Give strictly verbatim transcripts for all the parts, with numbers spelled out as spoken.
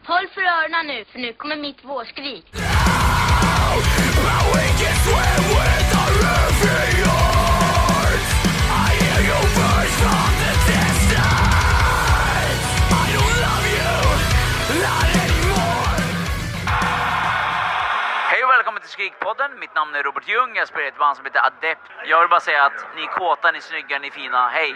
Håll för öronen nu, för nu kommer mitt vårskrik. Hej och välkommen till Skrikpodden. Mitt namn är Robert Ljung. Jag spelar i ett band som heter Adept. Jag vill bara säga att ni är kåta, ni är snygga, ni är fina. Hej!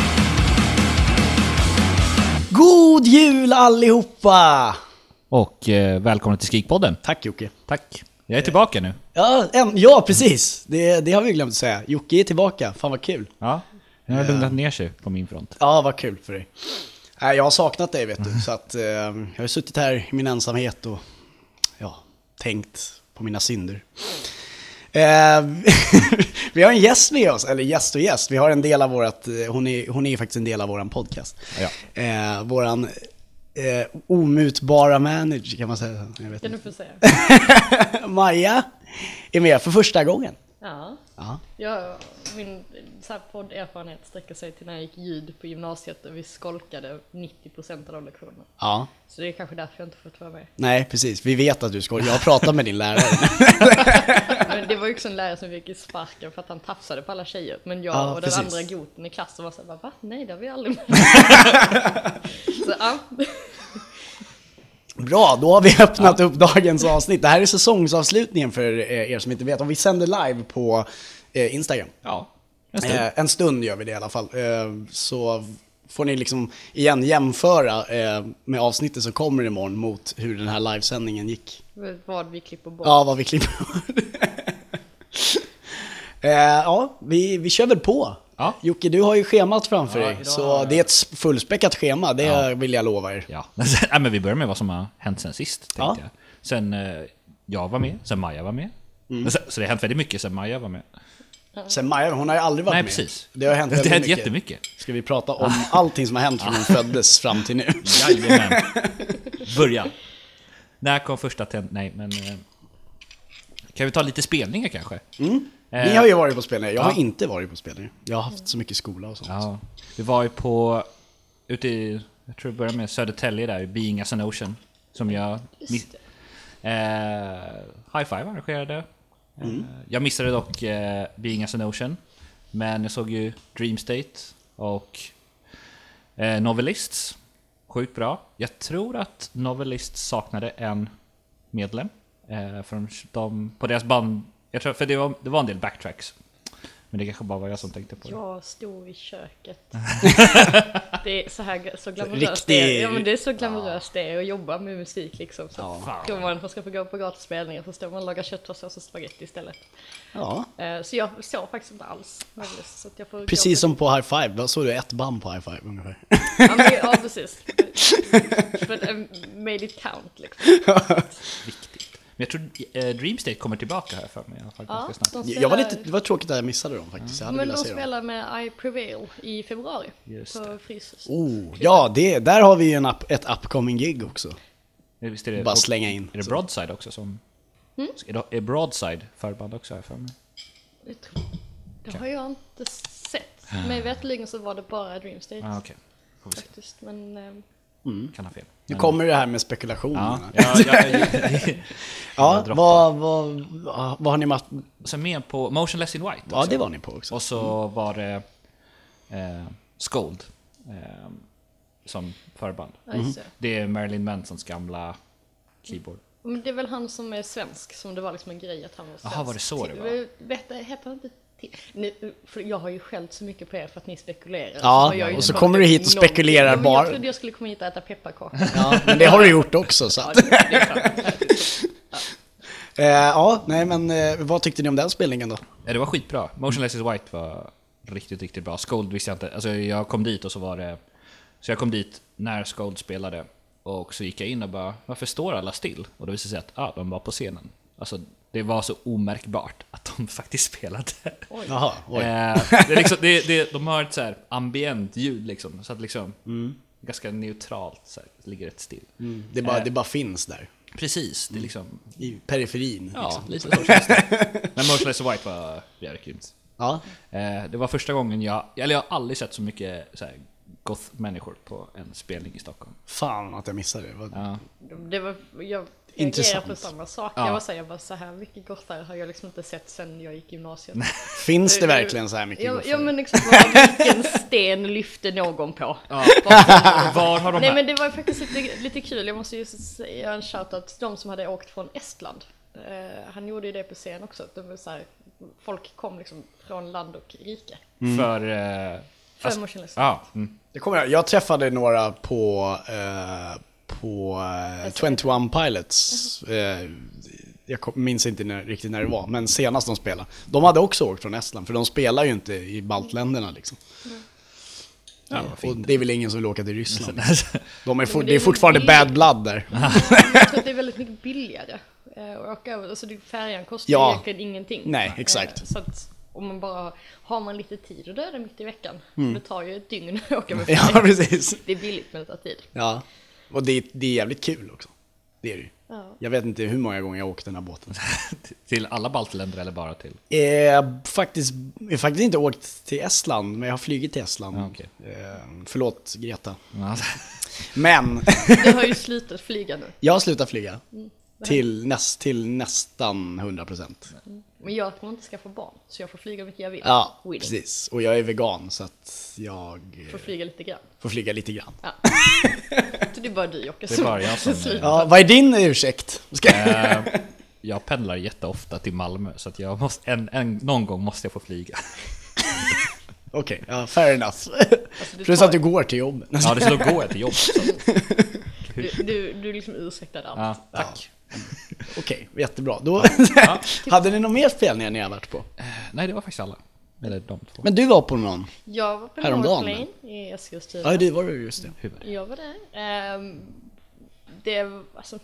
God jul allihopa! Och eh, välkommen till Skrikpodden. Tack Jocke. Tack. Jag är tillbaka nu. Ja, en, ja precis. Det, det har vi glömt att säga. Jocke är tillbaka. Fan vad kul. Ja, jag har lugnat ner sig på min front. Ja, vad kul för dig. Nej, jag har saknat dig vet du. Så att eh, jag har suttit här i min ensamhet och ja, tänkt på mina synder. Eh, vi har en gäst med oss, eller gäst och gäst. Vi har en del av vårat, hon är, hon är faktiskt en del av våran podcast. Ja. Eh, våran eh, omutbara manager kan man säga. Jag vet Kan inte. du få säga? Maja är med för första gången. Ja. Ja. Jag, min så här podderfarenhet sträcker sig till när jag gick ljud på gymnasiet och vi skolkade nittio procent av de lektionerna. Ja. Så det är kanske därför jag inte fått vara med. Nej, precis. Vi vet att du ska. Jag har pratat med din lärare. Men det var ju också en lärare som fick i sparken för att han tafsade på alla tjejer. Men jag Ja, och precis. den andra goten i klassen var så här, va? Nej, det har vi aldrig med. Så ja. Bra, då har vi öppnat ja. upp dagens avsnitt. Det här är säsongsavslutningen för er som inte vet. Om vi sänder live på eh, Instagram. Ja, en stund. Eh, en stund gör vi det i alla fall. Eh, så får ni liksom igen jämföra eh, med avsnittet som kommer imorgon mot hur den här livesändningen gick. Vad vi klipper bort. Ja, vad vi klipper bort. eh, ja, vi, vi kör väl på. Ja. Jocke, du har ju schemat framför Ja, dig. idag... Så det är ett fullspäckat schema, det ja. vill jag lova er. Ja. Nej, men vi börjar med vad som har hänt sen sist, tänkte Ja. jag. Sen eh, jag var med, sen Maja var med. Mm. Så, så det har hänt väldigt mycket sen Maja var med. Sen Maja, hon har ju aldrig varit Nej, med. precis. Det har hänt Det har väldigt hänt mycket. jättemycket. Ska vi prata om allting som har hänt från hon föddes fram till nu? Jajamän. Börja. När kom första tänd... Nej, men... Eh, kan vi ta lite spelningar kanske? Mm. Eh, Ni har ju varit på spelningar. Jag ja. har inte varit på spelningar. Jag har haft så mycket skola och sånt. Ja, vi var ju på... Ute i... Jag tror det började med Södertälje där, Being as an Ocean. Som jag... Just Eh, High Five arrangerade. Mm. Eh, jag missade dock eh, Being as an Ocean. Men jag såg ju Dream State och eh, Novelists. Sjukt bra. Jag tror att Novelists saknade en medlem. Eh, för de, de, på deras band... Jag tror, för det var, det var en del backtracks. Men det kanske bara var jag som tänkte på det. Jag stod i köket. Det är så här så glamoröst Riktig... det är. Ja, men det är så glamoröst det är att jobba med musik liksom. Så Ja. tror man man ska få gå på gratisspelningar så står man och lagar köttfärssås och spagetti istället. Ja. Eh, Så jag såg faktiskt inte alls. Så att jag får Precis som på High Five. Då såg du ett band på High Five ungefär. Ja, men, ja precis. But I made it count liksom. Viktigt. Men jag tror eh, Dream State kommer tillbaka här för mig i alla fall Ja, ganska snart. de Jag var spelar- lite, det var tråkigt att jag missade dem faktiskt. Jag hade Men velat de se dem. spelar med I Prevail i februari. Just på det. Frys. Oh, ja, det, där har vi ju en up, ett upcoming gig också. Eh, Visst är det, Bara slänga in. Är det Så. Broadside också som... Mm? Är, det, är Broadside förband också här för mig? Jag tror, det har jag inte sett. Men veterligen så var det bara Dream State Ah, okej. Får vi se. faktiskt. Men ehm, Kan ha fel. Nu Men- kommer det här med Ja, spekulationerna. ja, ja, ja, Ja, droppar. vad, vad, vad har ni med? Så med på Motionless in White också. Ja, det var ni på också. Och så var det eh, Scold eh, som förband. ja, just det. Det är Marilyn Mansons gamla keyboard. Men det är väl han som är svensk som det var liksom en grej att han var svensk. Jaha, var det så det var? Vet, heter han inte till? Ni, för jag har ju skällt så mycket på er för att ni spekulerar. Ja, Så har jag ju och inte så hört kommer du hit och någonting. spekulerar Ja, men bara. Jag trodde jag skulle komma hit och äta pepparkakor. Ja, men det har du gjort också. Så Ja, att. det, det är sant. Eh, ja, nej men eh, vad tyckte ni om den spelningen då? Ja, det var skitbra. Motionless in White var riktigt, riktigt bra. Scold visste jag inte. Alltså jag kom dit och så var det... Så jag kom dit när Scold spelade. Och så gick jag in och bara, varför står alla still? Och då visade det sig att ah, de var på scenen. Alltså det var så omärkbart att de faktiskt spelade. Jaha, oj. Eh, det är liksom, det, det, de har ett så här ambient ljud liksom, så att liksom Mm. ganska neutralt så här, ligger ett still. Mm. Det, bara, Eh. det bara finns där. Precis, det är liksom... I periferin. Ja, Liksom. lite så känns det. Men Motionless in White var jävligt grymt. Ja. Eh, det var första gången jag... Eller jag har aldrig sett så mycket så här, goth-människor på en spelning i Stockholm. Fan att jag missade det. Vad... Ja. Det var, jag Intressant. reagerar på samma sak. Ja. Jag var så, jag bara, så här mycket gothar har jag liksom inte sett sen jag gick gymnasiet. Finns det verkligen så här mycket Ja, gothar? ja men liksom, bara, vilken sten lyfte någon på? Ja. Bara, Var har de nej här? men det var ju faktiskt lite, lite kul, jag måste ju göra en shoutout till de som hade åkt från Estland. Uh, han gjorde ju det på scen också. Det var så här, folk kom liksom från land och rike. Mm. För... Uh, För Motionless. Ja. Mm. Det kommer jag. Jag träffade några på eh, på eh, tjugoett Pilots. Eh, jag kom- minns inte när, riktigt när det var, men senast de spelade. De hade också åkt från Estland, för de spelar ju inte i baltländerna liksom. Mm. Ja, vad Och fint. det är väl ingen som vill åka till Ryssland. De är for, Men det det är är fortfarande billigt. bad blood där. Jag tror att det är väldigt mycket billigare eh, att åka över. Alltså det, färjan kostar Ja. egentligen ingenting. Nej, exakt. Eh, Så att om man bara har man lite tid och då är det mitt i veckan. Mm. Det tar ju ett dygn att åka med Ja, färjan. precis. Det är billigt men det tar tid. Ja. Och det, det är jävligt kul också. Det är det ju. Ja. Jag vet inte hur många gånger jag har åkt den här båten. Till alla baltländer eller bara till? Eh, faktiskt, jag har faktiskt inte åkt till Estland, men jag har flugit till Estland. Ja, okej. eh, förlåt Greta. Ja. Men Du har ju slutat flyga nu. jag har slutat flyga till, näst, till nästan hundra procent. Men jag kommer inte skaffa barn. Så jag får flyga mycket jag vill. Ja, Winning. precis. Och jag är vegan så att jag eh, Får flyga lite grann. får flyga lite grann. Ja. Så det är bara du Jocke Det är bara jag som... slutar. Ja, vad är din ursäkt? Ska... Eh, jag pendlar jätteofta till Malmö, så att jag måste, en, en, någon gång måste jag få flyga. Okej, ja, fair enough. du Plus tar- att du går till jobb. Ja, det så går jag till jobb. Så. Du, du, du liksom ursäktar allt. Ja, tack. Okej, jättebra. Då hade ni någon mer spelningar ni har varit på? Nej, det var faktiskt alla. Eller de två. Men du var på någon? Jag var på Häromdagen, North Lane i Eskilstuna. Ja, det var du just det. Hur var det? Jag var där. Ehm, det var, alltså...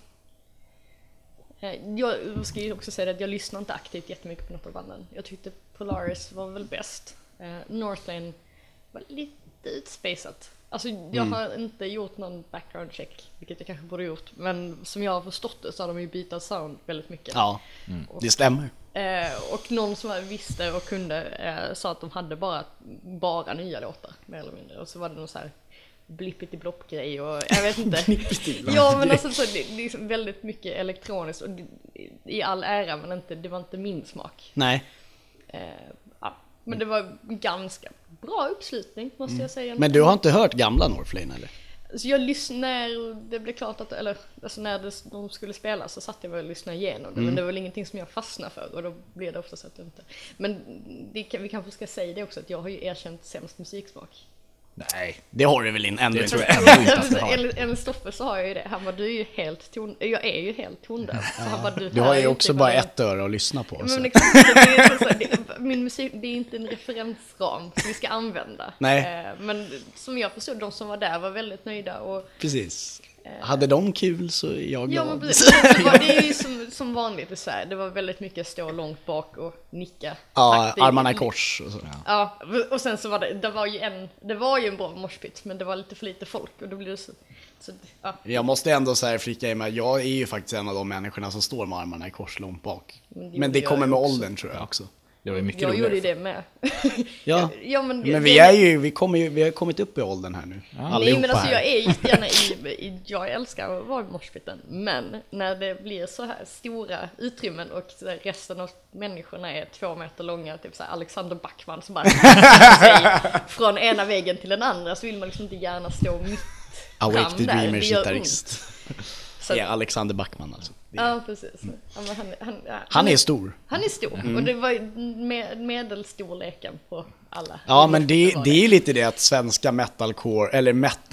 eh, Jag ska ju också säga att jag lyssnar inte aktivt jättemycket på Nopperbanden. Jag tyckte Polaris var väl bäst. Uh, Northlane var lite utspejsat. Alltså jag Mm. har inte gjort någon background check, vilket jag kanske borde gjort. Men som jag har förstått det så har de ju bytt sound väldigt mycket. Ja, det stämmer. Eh, och någon som visste och kunde eh, sa att de hade bara, bara nya låtar, mer eller mindre. Och så var det någon så här blippity blopp grej och jag vet inte. Ja, men alltså så, det, det är liksom väldigt mycket elektroniskt och det, i all ära, men inte, det var inte min smak. Nej. Eh, ja. Men det var ganska bra uppslutning, måste jag säga. Men du har inte hört gamla Northlane eller? Så jag lyssnade när det blev klart att, eller alltså när det, de skulle spela så satt jag väl och lyssnade igenom det, men det var väl ingenting som jag fastnade för och då blir det ofta så att jag inte. Men det, kan- vi kanske ska säga det också att jag har ju erkänt sämst musiksmak. Nej, Det har du väl in, ändå det inte? tror jag ändå inte att du har. Enligt, enligt Stoffe så har jag ju det. Han bara, du är ju helt ton, jag är ju helt tondöv. Så han bara, Du hör har ju inte också vad bara jag- ett öra att lyssna på. Men Så. liksom, det är så, så, det, min musik, det är inte en referensram som vi ska använda. Nej. Eh, Men som jag förstod, de som var där var väldigt nöjda och Precis. Hade de kul så är jag ja, glad. men precis. Det, var, det är ju som, som vanligt i Sverige. Det var väldigt mycket stå långt bak och nicka. Ja, Takt, det är- armarna i kors och så. Ja, och sen så var det, det var ju en, det var ju en bra moshpit, men det var lite för lite folk och då blev det så, så ja. Jag måste ändå så här flika i mig, jag är ju faktiskt en av de människorna som står med armarna i kors långt bak. Men det Men det gjorde kommer jag med också. åldern tror jag också. Det var ju mycket Jag roligare. gjorde ju det med. Ja, ja men, men det- vi är ju, vi kommer ju, vi har kommit upp i åldern här nu. Nej, Allihopa men alltså här. jag är jättegärna i, i, jag älskar att vara i moshpiten, men när det blir så här stora utrymmen och så här resten av människorna är två meter långa, typ så här Alexander Backman som bara sig från ena väggen till den andra, så vill man liksom inte gärna stå mitt Awake fram the där. Dreamers Det gör gitarrist. Så Det att- är Alexander Backman alltså. Det är, Ja, precis. Ja, men han, han, ja, han är stor. Han är stor och det var ju med, medelstorleken på alla. Ja, men det, var det är ju lite det att svenska metalcore, eller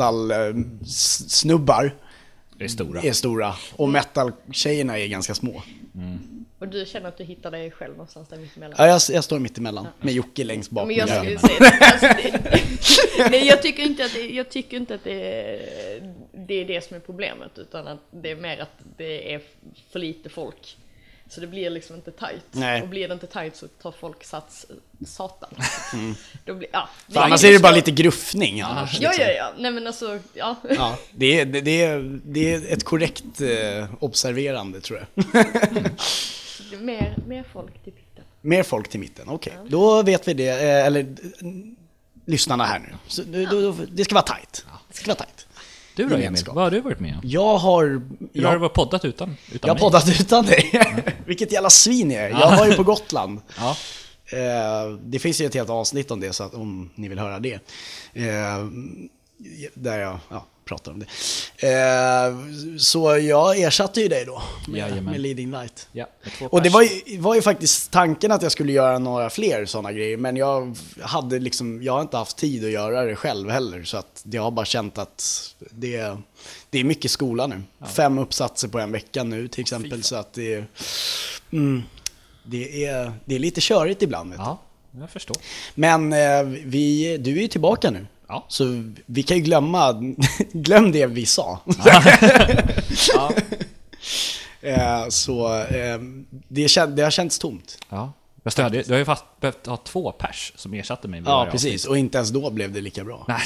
metal-snubbar Det är stora. är stora. Och metal-tjejerna är ganska små. Och du känner att du hittar dig själv någonstans där mittemellan. Ja, jag, jag står mitt emellan med Jocke längst bak. Men jag med skulle ögonen. säga det, alltså det, nej, jag tycker inte att det, jag tycker inte att det är, det är det som är problemet, utan att det är mer att det är för lite folk. Så det blir liksom inte tight. Nej. Och blir det inte tight så tar folk sats satan. Då blir, ja, För annars är det bara lite gruffning annars. Ja, liksom. ja, ja. Nej men alltså, ja. Ja, det är, det, det, är, det är ett korrekt eh, observerande tror jag. Det är mer, mer folk till pitten. Mer folk till mitten, okej. Då vet vi det. Eh, eller, lyssnarna här nu. Så, då, då, det ska vara tajt. Det ska vara tajt. Du då, Emil? Gemenskap. Vad har du varit med om? Jag har... Hur jag, har du varit poddat utan, utan jag har mig? poddat utan dig. Vilket jävla svin jag är. Jag var ju på Gotland. Ja. Eh, det finns ju ett helt avsnitt om det, så att, om ni vill höra det. Eh, där jag ja, pratar om det. Eh, så jag ersatte ju dig då med, Jajamän. med Leading Light. Ja, med två Och det pers. var ju, var ju faktiskt tanken att jag skulle göra några fler sådana grejer, men jag hade liksom, jag har inte haft tid att göra det själv heller, så att jag har bara känt att det, det är mycket skola nu. Ja. Fem uppsatser på en vecka nu till exempel, oh, så att det är, mm, det är, det är lite körigt ibland. Vet ja, jag förstår. Men eh, vi, du är ju tillbaka nu. Ja. Så vi kan ju glömma, glöm det vi sa. Ja. eh, så eh, det, känd, det har känts tomt. Ja. Fast du, hade, du har ju fast behövt ha två pers som ersatte mig. Ja, precis. Och inte ens då blev det lika bra. Nej.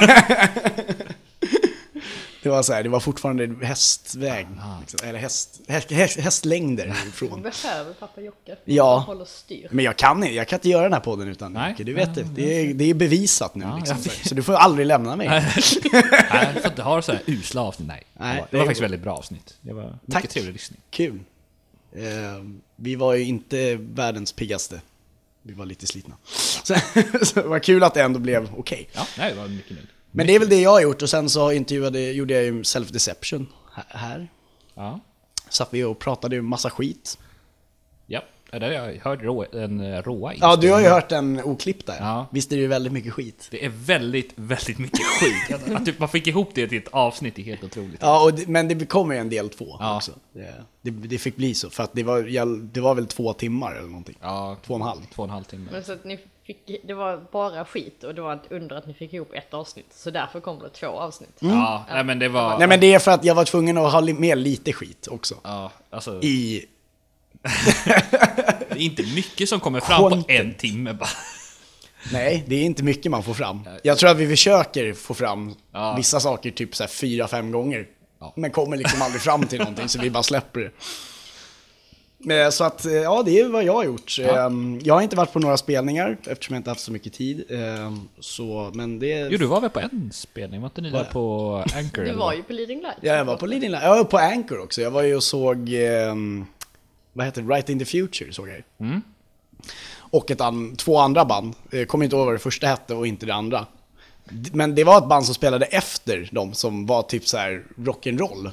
Det var så här, det var fortfarande hästväg. Liksom, eller häst, häst, häst, hästlängder ifrån. Du behöver pappa Jocke. Ja. Hålla styr. Men jag kan, jag kan inte göra den här podden utan Nej. Jocke, du vet Ja, det. Det är, det är bevisat nu. Ja, Liksom, ja. så, så du får aldrig lämna mig. Nej, jag får inte ha så här usla avsnitt. Nej, Nej, det var, det det var är faktiskt bra. väldigt bra avsnitt. Det var mycket Tack. trevlig lyssning. Kul. Eh, vi var ju inte världens piggaste. Vi var lite slitna. Så, så det var kul att det ändå blev okej. Okay. Ja, nej, det var mycket nöjd. Men det är väl det jag har gjort. Och sen så intervjuade, gjorde jag ju Self-Deception här. Ja. Satt vi och pratade ju massa skit. Ja, det har jag hört rå, en råa Ja, du har ju hört en oklipp där. Ja. Visst är det ju väldigt mycket skit. Det är väldigt, väldigt mycket skit. Att typ, man fick ihop det till ett avsnitt är helt otroligt. Ja, och det, men det kommer ju en del två Ja. också. Det, det, det fick bli så. För att det var, jag, det var väl två timmar eller någonting. Ja, Två och en halv. två och en halv timme. Men så att ni fick, det var bara skit och det var ett under att ni fick ihop ett avsnitt. Så därför kom det två avsnitt. Ja, nej, men det var... Nej, men det är för att jag var tvungen att ha li- med lite skit också. Ja, alltså... I... Det är inte mycket som kommer fram Content. på en timme bara. Nej, det är inte mycket man får fram. Jag tror att vi försöker få fram Ja. vissa saker typ så här fyra, fem gånger. Ja. Men kommer liksom aldrig fram till någonting, så vi bara släpper det. Men, så att, ja, det är vad jag har gjort. Ja. Ehm, Jag har inte varit på några spelningar eftersom jag inte haft så mycket tid. Ehm, Så, men det... Jo, du var väl på en spelning? Var inte ni där på Anchor? Du eller var vad? ju på Leading Light. Ja, jag var på Leading Light. Jag var på Anchor också. Jag var ju och såg, ehm, vad heter det? Right in the Future såg jag ju. Mm. Och ett an- två andra band. Jag kommer inte ihåg vad det första hette och inte det andra. D- Men det var ett band som spelade efter dem, som var typ så här rock'n'roll.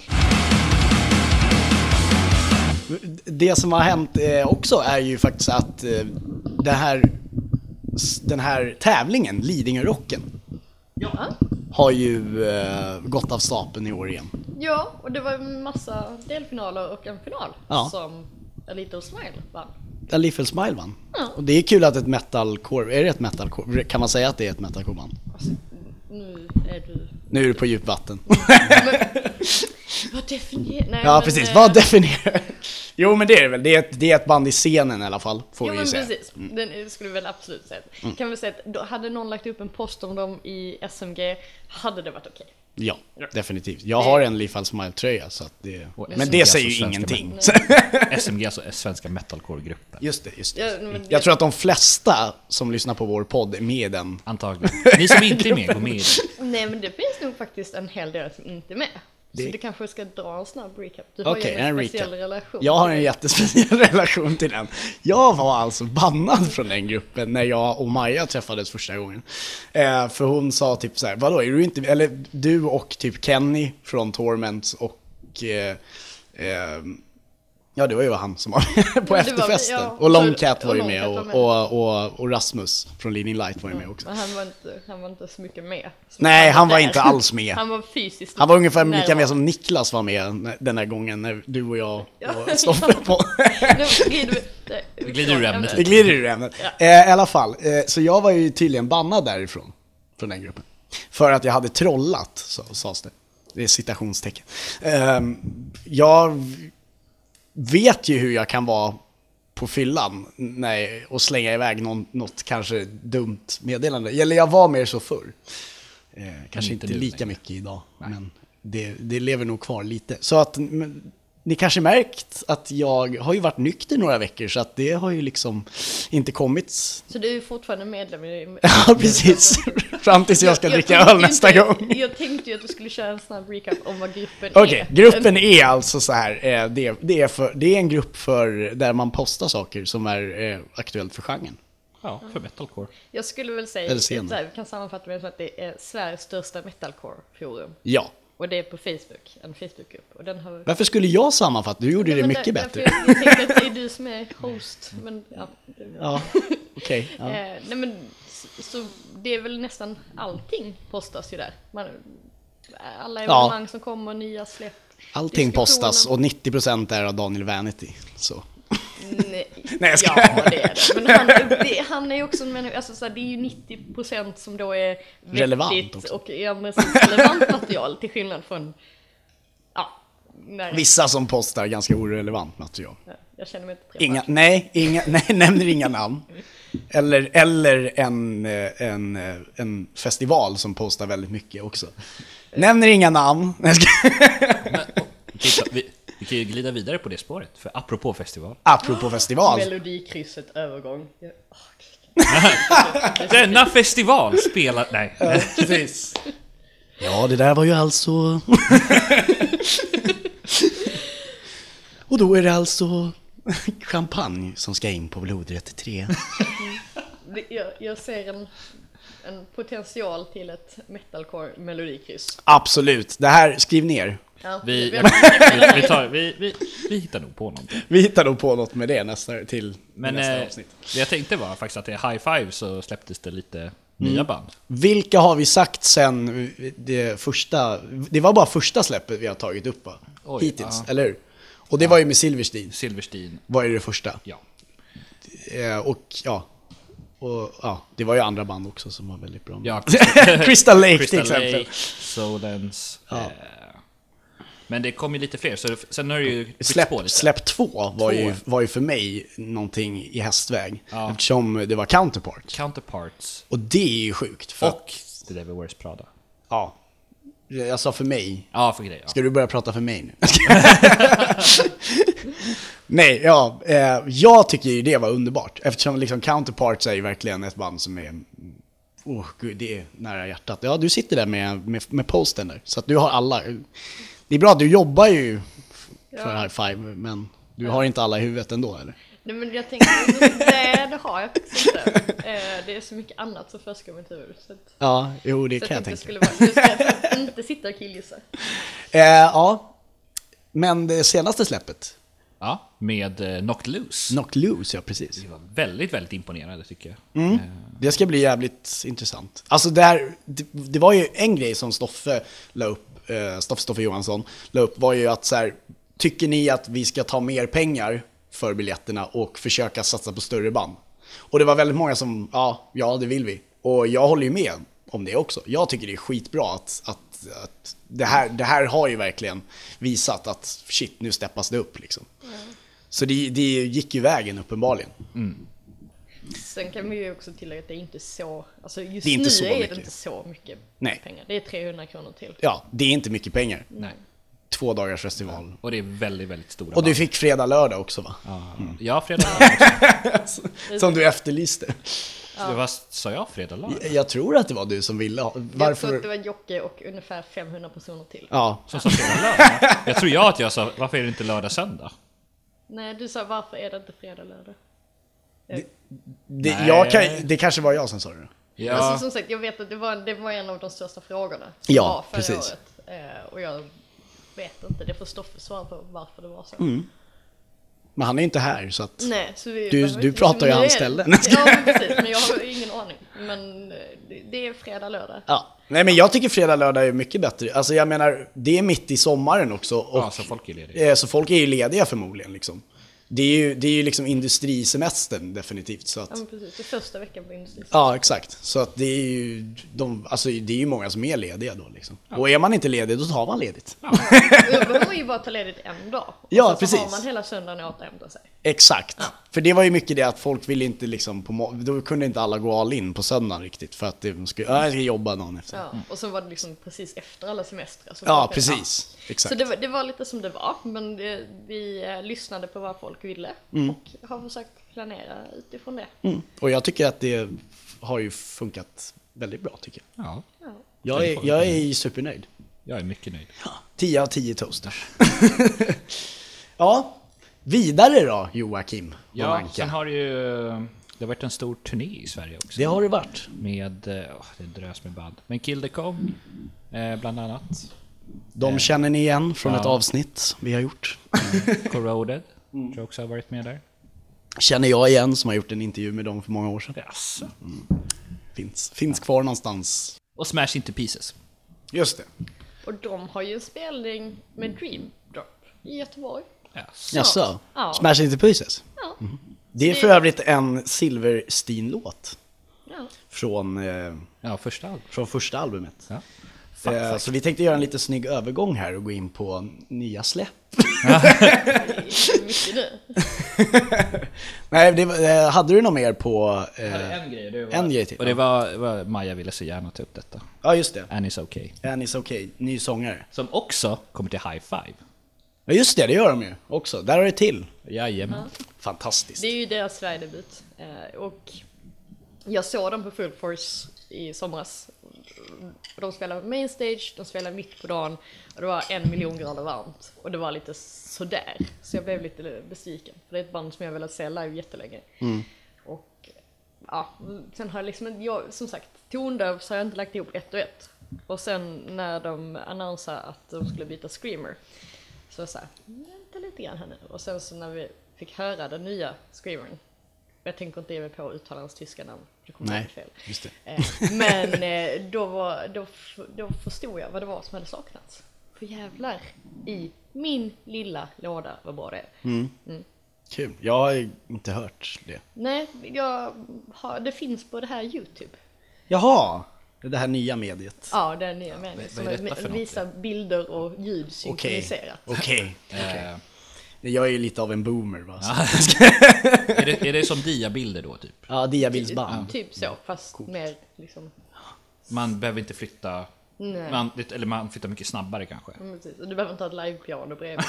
Det som har hänt eh, också är ju faktiskt att eh, det här, s- den här tävlingen, Lidingö-rocken, Ja. har ju eh, gått av stapeln i år igen. Ja, och det var en massa delfinaler och en final Ja. som A Little Smile vann. A Little Smile vann. Ja. Och det är kul att ett metalcore, är det ett metalcore? Kan man säga att det är ett metalcore-band? Alltså, nu är du... Nu är du på djupt vatten. Vad definierar... Nej, Ja, men, precis. eh, Vad definierar? Jo, men det är det väl. Det är ett, det är ett band i scenen i alla fall, får Jo vi ju men säga. precis, den skulle väl absolut säga. Mm. Kan vi säga att då hade någon lagt upp en post om dem i S M G, hade det varit okej. Ja, definitivt. Jag har en Leaf Smile-tröja, så att det... Och Men S M G det alltså säger ju svenska ingenting. S M G, alltså svenska metalcore-gruppen. Just det, just det. Ja, men det- Jag tror att de flesta som lyssnar på vår podd är med i den. Antagligen. Ni som inte är med, gå med i det. Nej men det finns nog faktiskt en hel del som inte är med. Det- Så du kanske ska dra en snabb recap. Du har Okej, ju en, en speciell recap. relation. Jag har till en det. jättespeciell relation till den. Jag var alltså bannad från den gruppen när jag och Maja träffades första gången. Eh, för hon sa typ så här: vadå, är du inte... Eller du och typ Kenny från Torment och... Eh, eh, ja, det var ju han som var med på Ja, det var- efterfesten. ja, och Longcat och var ju Longcat med var och, med. och, och, och Rasmus från Leading Light var ju med också. Men han var inte, han var inte så mycket med. Så Nej, han var där. inte alls med. Han var fysiskt Han var ungefär lika närvarande. med som Niklas var med den här gången när du och jag Ja. var Stoffe på. Nu glider vi- Vi glider ur ämnet. Det glider ur ämnet. Ja. Eh, I alla fall, eh, så jag var ju tydligen bannad därifrån, från den gruppen. För att jag hade trollat, så, sades det. Det är citationstecken. Eh, jag vet ju hur jag kan vara på fyllan nej, och slänga iväg någon, något kanske dumt meddelande. Eller jag var mer så förr. Eh, kanske inte inte nu lika längre. mycket idag, men det, det lever nog kvar lite. Så att... Men, ni kanske märkt att jag har ju varit nykter några veckor, så att det har ju liksom inte kommit. Så du är fortfarande medlem i... Ja, precis. Fram tills jag ska jag, dricka jag öl nästa inte, gång. Jag tänkte ju att du skulle köra en snabb recap om vad gruppen Okej, är. okay, gruppen är alltså så här, eh, det, det, är för, det är en grupp för där man postar saker som är eh, aktuellt för genren. Ja, för metalcore. Jag skulle väl säga, Eller så scenen. här, vi kan sammanfatta med att det är Sveriges största metalcore-forum. Ja. Och det är på Facebook, en Facebookgrupp. Och den har... Varför skulle jag sammanfatta? Du gjorde Ja, det men mycket där, bättre. Jag, jag tänkte att det är du som är host. Men, ja. Ja, okej. Okay, ja. eh, nej men, så, så det är väl nästan allting postas ju där. Man, alla evenemang Ja. som kommer, nya släpp. Allting diskussioner. postas och nittio procent är av Daniel Vanity. Så. Nej, Nej, jag ska... ja, det är det. Men han, det, han är ju också en människa, alltså, så här, det är ju nittio procent som då är Relevant vettigt också. och ja, men, så relevant material till skillnad från, ja, nej, Vissa som postar ganska orelevant material. jag känner mig inte träffad. Inga, nej, inga, nej, nämner inga namn. Eller, eller en, eh, en, eh, en festival som postar väldigt mycket också. Nämner inga namn. Men, och, titta, vi, vi kan ju glida vidare på det spåret, för apropå festival. Apropå festival. Melodikrysset övergång. Jag, åh, Denna festival spelar... Nej. Precis. Ja, det där var ju alltså... Och då är det alltså champagne som ska in på blodrätt tre. det- jag, jag ser en, en potential till ett metalcore melodikryss. Absolut. Det här, skriv ner. Ja, Vi, jag- vi, vi, tar, vi, vi, vi hittar nog på någonting. Vi hittar nog på något med det nästa, till Men nästa eh, avsnitt. det jag tänkte var faktiskt att det är High Five, så släpptes det lite nya band. Vilka har vi sagt sen det första... Det var bara första släppet vi har tagit upp, va? Oj, Hittills, ja. eller hur? Och det var ju med Silverstein. Silverstein, Var ju det första. ja. Eh, och ja... Och ja, det var ju andra band också som var väldigt bra. Ja, Crystal Lake till Crystal exempel. Lake, Solens. Ja. Eh, men det kom ju lite fler, så det, sen har det ju bytt Släpp, på lite. släpp två var, Två. Ju, var ju för mig någonting i hästväg. Ja. Eftersom det var Counterpart. Counterparts Och det är ju sjukt. För och The Devil Wears Prada. ja, jag sa för mig. Ja, för grejer. Ja. Ska du börja prata för mig nu? Nej, ja. Eh, jag tycker ju det var underbart. Eftersom liksom Counterparts är ju verkligen ett band som är... Oh, gud, det är nära hjärtat. Ja, du sitter där med, med, med posten där. Så att du har alla... Det är bra, du jobbar ju för Ja. High Five, men du har inte alla i huvudet ändå, eller? Nej, men jag tänkte, nej, det har jag faktiskt inte. Eh, det är så mycket annat som först kommer till ur. Så, att, Ja, jo, det så kan jag tänkte tänka. skulle vara, du ska inte sitta och killgissa. Eh, ja, men det senaste släppet, Ja, med eh, Knocked Loose. Knocked Loose, ja precis. Vi var väldigt, väldigt imponerade tycker jag. Mm. Det ska bli jävligt intressant. Alltså där, det, det var ju en grej som Stoffe la upp, eh, Stoffe, Stoffe Johansson la upp, var ju att så här, tycker ni att vi ska ta mer pengar för biljetterna och försöka satsa på större band? Och det var väldigt många som, ja, ja det vill vi. Och jag håller ju med om det också. Jag tycker det är skitbra att, att, att det, här, det här har ju verkligen visat att shit, nu steppas det upp liksom. Mm. Så det, det gick ju vägen uppenbarligen. Sen kan vi ju också tillägga att det är inte så, alltså just Det är inte nu så är mycket. det inte så mycket Nej. pengar. Det är trehundra kronor till. Ja, det är inte mycket pengar. Nej. Två dagars festival. Och det är väldigt, väldigt stora Och du band. fick fredag, lördag också, va? Ja, ja fredag lördag också. Som du efterlyste. Det var, sa jag fredag lördag? Jag tror att det var du som ville ha. Jag tror att Varför? det var Jocke och ungefär femhundra personer till. Ja, Som sa fredag lördag? Jag tror jag att jag sa, varför är det inte lördag söndag? Nej, du sa varför är det inte fredag lördag? det, Nej. jag kan, det kanske var jag som sa det. Ja, Alltså, som sagt, jag vet att det var, det var en av de största frågorna som Ja, var förra precis. året. Eh, och jag vet inte, det får Stoffe svara på varför det var så. Mm. Men han är inte här, så att... Nej, så vi, Du- men- du pratar ju nu hans är- ställe. Ja, men precis, men jag har ingen aning. Men eh, det, det är fredag, lördag. Ja. Nej, men jag tycker fredag, lördag är mycket bättre. Alltså jag menar, det är mitt i sommaren också. Och, ja, så folk är lediga. eh, så folk är ju lediga förmodligen liksom. Det är ju, det är ju liksom industrisemestern definitivt, så att... Ja, men precis, det är första veckan på industrin. Ja, exakt. Så att det är ju, de, alltså det är ju många som är lediga då liksom. Och är man inte ledig, då tar man ledigt. Och då behöver man ju bara ta ledigt en dag. Och Ja, sen så precis. har man hela söndagen att återhämta sig. Exakt. För det var ju mycket det att folk ville inte liksom på må- då kunde inte alla gå all in på söndagen riktigt för att de skulle, ja, jag ska jobba dagen efter. Ja, Ja. Och så var det liksom precis efter alla semestrar. Så ja folk- precis. Så Exakt. det var, det var lite som det var, men det, vi eh, lyssnade på vad folk ville och har försökt planera utifrån det. Mm. Och jag tycker att det har ju funkat väldigt bra tycker jag. Ja, Ja. Jag är, jag är supernöjd. jag är mycket nöjd. tio av tio toasters. Ja, vidare då Joakim Ja, Bomanka. sen har det ju det har varit en stor turné i Sverige också. Det har det varit. Med, eh, åh, det drös med band. Men Kill the Com, eh, bland annat. De känner ni igen från Ja. ett avsnitt vi har gjort. Corroded, tror jag också har varit med där. Känner jag igen som har gjort en intervju med dem för många år sedan. Jaså. Finns, finns kvar någonstans. Och Smash Into Pieces. Just det. Och de har ju en spelning med Dream Drop i Göteborg. Jaså. Jaså? Ja. Smash Into Pieces? Ja. Det är för övrigt en Silverstein-låt Ja. från, eh, Ja, första albumet. från första albumet. Ja. Eh, så vi tänkte göra en lite snygg övergång här och gå in på nya släpp. Det är mycket nu. Nej, det, var- eh, hade du något mer på... Eh, En grej, det var, en grej till. Och det var, var Maja ville så gärna ta upp detta. Ja, just det. And It's Okay. And It's Okay, ny sångare. Som också kommer till High Five. Ja, just det, det gör de ju också. Där har det till. Jajamän. Fantastiskt. Det är ju deras Sverigedebut. Eh, och jag såg dem på Full Force i somras. De spelade main stage, de spelade mitt på dagen och det var en miljon grader varmt. Och det var lite sådär. Så jag blev lite besviken. För det är ett band som jag velat se live jättelänge. Och ja, sen har jag liksom, jag, som sagt, tondöv så har jag inte lagt ihop ett och ett. Och sen när de annonserade att de skulle byta Screamer så var jag såhär, vänta lite grann här nu. Och sen så när vi fick höra den nya Screamern, jag tänker inte ge mig på att uttala hans tyska namn, det kommer Nej, bli fel. just det. Eh, Men eh, då, var, då, f- då förstod jag vad det var som hade saknats. För jävlar, i min lilla låda vad bra det är. Kul. Jag har inte hört det. Nej, jag har, det finns på det här YouTube. Jaha, det här nya mediet. Ja, det är nya meningen vad som är detta för är- något? visar bilder och ljud Okej, synkroniserat. okej. Eh, Jag är ju lite av en boomer va. Så. är, det, är det som diabilder då typ? Ja, diabildsband. Typ så, fast mer liksom... Man behöver inte flytta, Nej. man, eller man flyttar mycket snabbare kanske. Mm, precis. Och du behöver inte ha ett livepiano bredvid.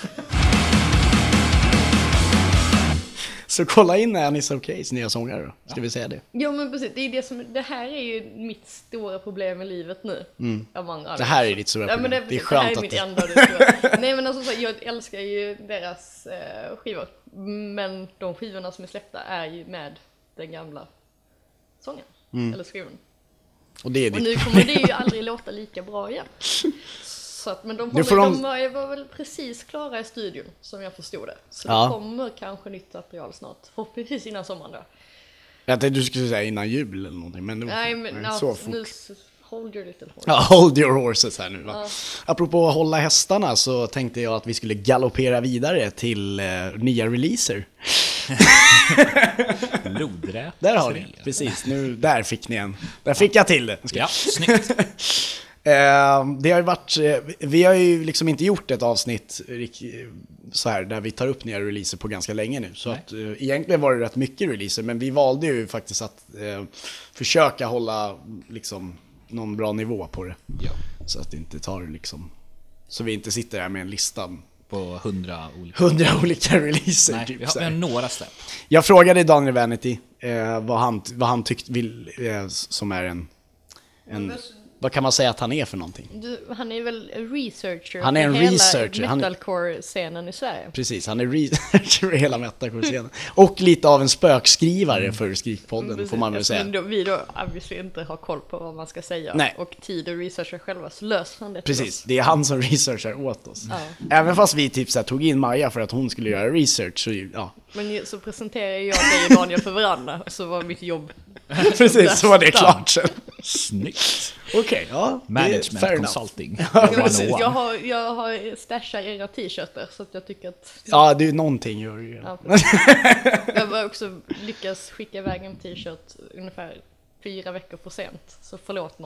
Så kolla in Anis Okays nya sångare då. Ska vi säga det? Jo men precis, det, är det, som, det här är ju mitt stora problem i livet nu. Mm. Det här är ditt stora Ja, men problem. det, Det är det skönt här är att mitt det- enda och det stora. Nej men alltså så, jag älskar ju deras eh, skivor. Men de skivorna som är släppta är ju med den gamla sången. Eller skriven. Och det är Och ditt. nu kommer det ju aldrig låta lika bra igen. Så att, men de, Nu har, får de... de- var, var väl precis klara i studion som jag förstod det. Så Ja. det kommer kanske nytt material snart. Förhoppningsvis innan sommaren då. Jag tänkte du skulle säga innan jul eller någonting. Men, Nej men nej, no, så fort. nu s- hold your little horse. Ja, hold your horses här nu va. Apropå att hålla hästarna så tänkte jag att vi skulle galoppera vidare till eh, nya releaser. Lodrät. Där har ni, precis. Nu, där fick ni en. Där fick jag till det. Ska- Ja, snyggt. Eh, det har ju varit, eh, vi har ju liksom inte gjort ett avsnitt rik- så här där vi tar upp nya releaser på ganska länge nu. Så Nej. att, eh, egentligen var det rätt mycket releaser, men vi valde ju faktiskt att eh, försöka hålla liksom någon bra nivå på det. Ja, Så att det inte tar liksom, så vi inte sitter här med en lista på hundra olika. hundra olika releaser. Nej, typ, vi har, så vi här. har några släpp. Jag frågade Daniel Vanity eh, vad han, vad han tyckte vill, eh, som är en, en vad kan man säga att han är för någonting? Du, han är väl en researcher Han är en för hela researcher. Han- metalcore-scenen i Sverige. Precis, han är researcher i hela metalcore-scenen. Och lite av en spökskrivare för Skrikpodden, får man väl säga. Men då, vi då obviously inte har koll på vad man ska säga. Nej. Och tid och researcha själva, så löser han det till Precis, oss. det är han som researchar åt oss. Ja. Även fast vi typ så här, tog in Maja för att hon skulle göra research, så ja. Men ju- så presenterade jag dig och Daniel för varandra, så var mitt jobb... Precis, så var det klart sen. Snyggt. Okej, ja. det är Management fair enough. consulting. Precis, jag one oh one. har, jag har stashat era t-shirtar, så att jag tycker att... Ja, det är någonting gör du ju. Ja, precis. Jag har också lyckats skicka iväg en t-shirt ungefär fyra veckor för sent. Så förlåt Norge.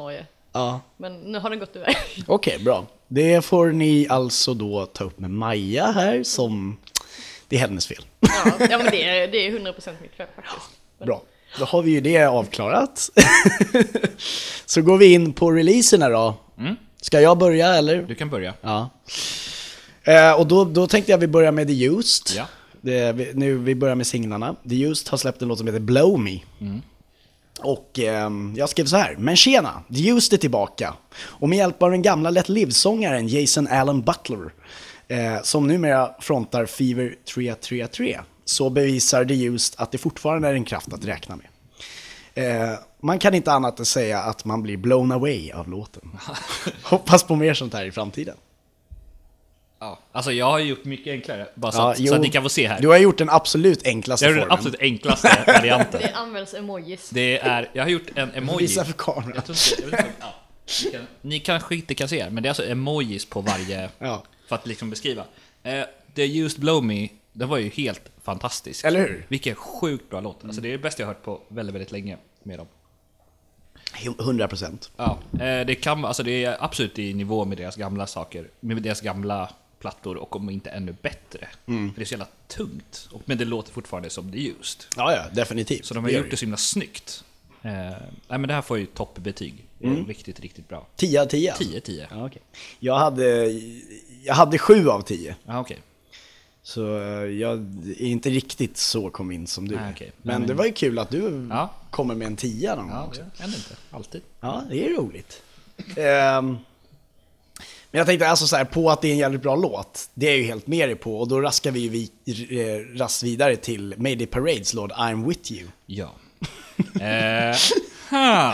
Ja. Men nu har den gått iväg. Okej, bra. Det får ni alltså då ta upp med Maja här som... Det är hennes fel. Ja, ja men det är, det är hundra procent mitt fel faktiskt. Men, Bra, då har vi ju det avklarat. Så går vi in på releaserna då. Mm. Ska jag börja eller? Du kan börja. Ja. Eh, och då, då tänkte jag vi börjar med The Used. Ja. Det, vi, nu vi börjar med singlarna. The Used har släppt en låt som heter Blow Me. Mm. Och eh, jag skrev så här: men tjena, The Used är tillbaka. Och med hjälp av den gamla Let Live-sångaren Jason Allen Butler, eh, som numera frontar Fever tre tre tre, så bevisar The Used att det fortfarande är en kraft att räkna med. Eh, man kan inte annat än säga att man blir blown away av låten. Hoppas på mer sånt här i framtiden. Ja. Alltså jag har gjort mycket enklare, bara så, Ja, att, jo. så att ni kan få se här. Du har gjort den absolut enklaste Jag har gjort formen. den absolut enklaste varianten. det används emojis. Det är, jag har gjort en emoji. Visa för kameran. Jag tror inte, jag vet inte, ja. ni, kan, ni kanske inte kan se här, men det är alltså emojis på varje, Ja. för att liksom beskriva. Eh, The Used Blow Me, det var ju helt fantastisk. Eller hur? Vilken sjukt bra låt. Alltså det är det bästa jag har hört på väldigt, väldigt länge med dem. hundra procent. Ja, eh, det kan, alltså det är absolut i nivå med deras gamla saker, med deras gamla plattor, och om inte ännu bättre. Mm. För det är så jävla tungt, och, men det låter fortfarande som The Used. Ja, ja, definitivt. Så de har gör gjort det så himla snyggt. Eh, nej, men det här får ju toppbetyg. Det är riktigt, riktigt bra. tio av tio. tio tio. Ja, okej. Jag hade jag hade sju av tio. Ja, okej. Så eh, jag är inte riktigt så kom in som du. Nej, okej. Men, Nej, men- det var ju kul att du Ja. kommer med en tia någon gång Ja, också. det händer inte. Alltid. Ja, det är roligt. Ehm, men jag tänkte alltså så här, på att det är en jävligt bra låt, det är jag ju helt med dig på. Och då raskar vi ju vi, eh, rast vidare till Mayday Parades låt I'm With You. Ja. eh, ha,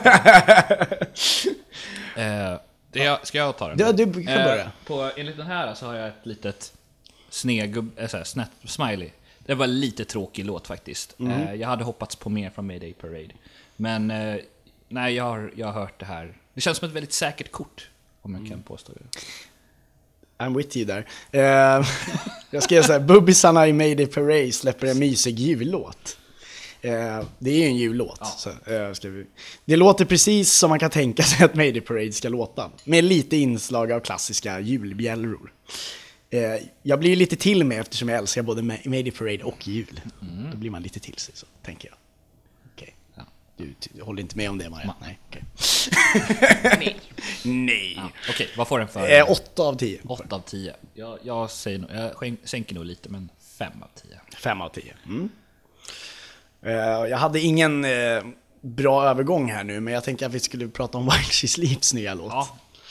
eh, det jag, ska jag ta den? Ja, du kan börja. Eh, på, enligt den här så har jag ett litet snegub, äh, så här, snett, smiley. Det var en lite tråkig låt faktiskt. Mm. Eh, jag hade hoppats på mer från Mayday Parade. Men eh, nej, jag har, jag har hört det här. Det känns som ett väldigt säkert kort, om jag kan påstå det. I'm with you där. Eh, jag skrev så här: bubbisarna i Mayday Parade släpper en mysig jullåt. Eh, det är ju en jullåt. Ja. Så, eh, skrev vi. Det låter precis som man kan tänka sig att Mayday Parade ska låta. Med lite inslag av klassiska julbjällror. Eh, jag blir lite till med eftersom jag älskar både Mayday Parade och jul. Mm. Då blir man lite till sig, så tänker jag. Okej. Ja. Du, du håller inte med om det, Maja? Ma- Nej. okej. Nej. Nej. Ja, okej, vad får den för? Eh, åtta av tio. åtta av tio. Jag, jag, säger nog, jag skänk- sänker nog lite, men fem av tio. Fem av tio. Mm. Eh, jag hade ingen eh, bra övergång här nu, men jag tänkte att vi skulle prata om While She Sleeps nya låt. Ja,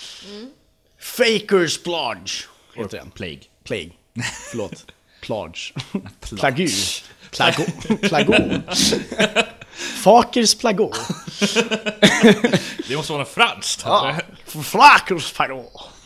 Fakers Plage heter den. Plague. Plague. Förlåt. Plage. Plage. Plagu. Plago. Plago. Fakers Plago. Det måste vara något franskt. Ja. Fakers Plago.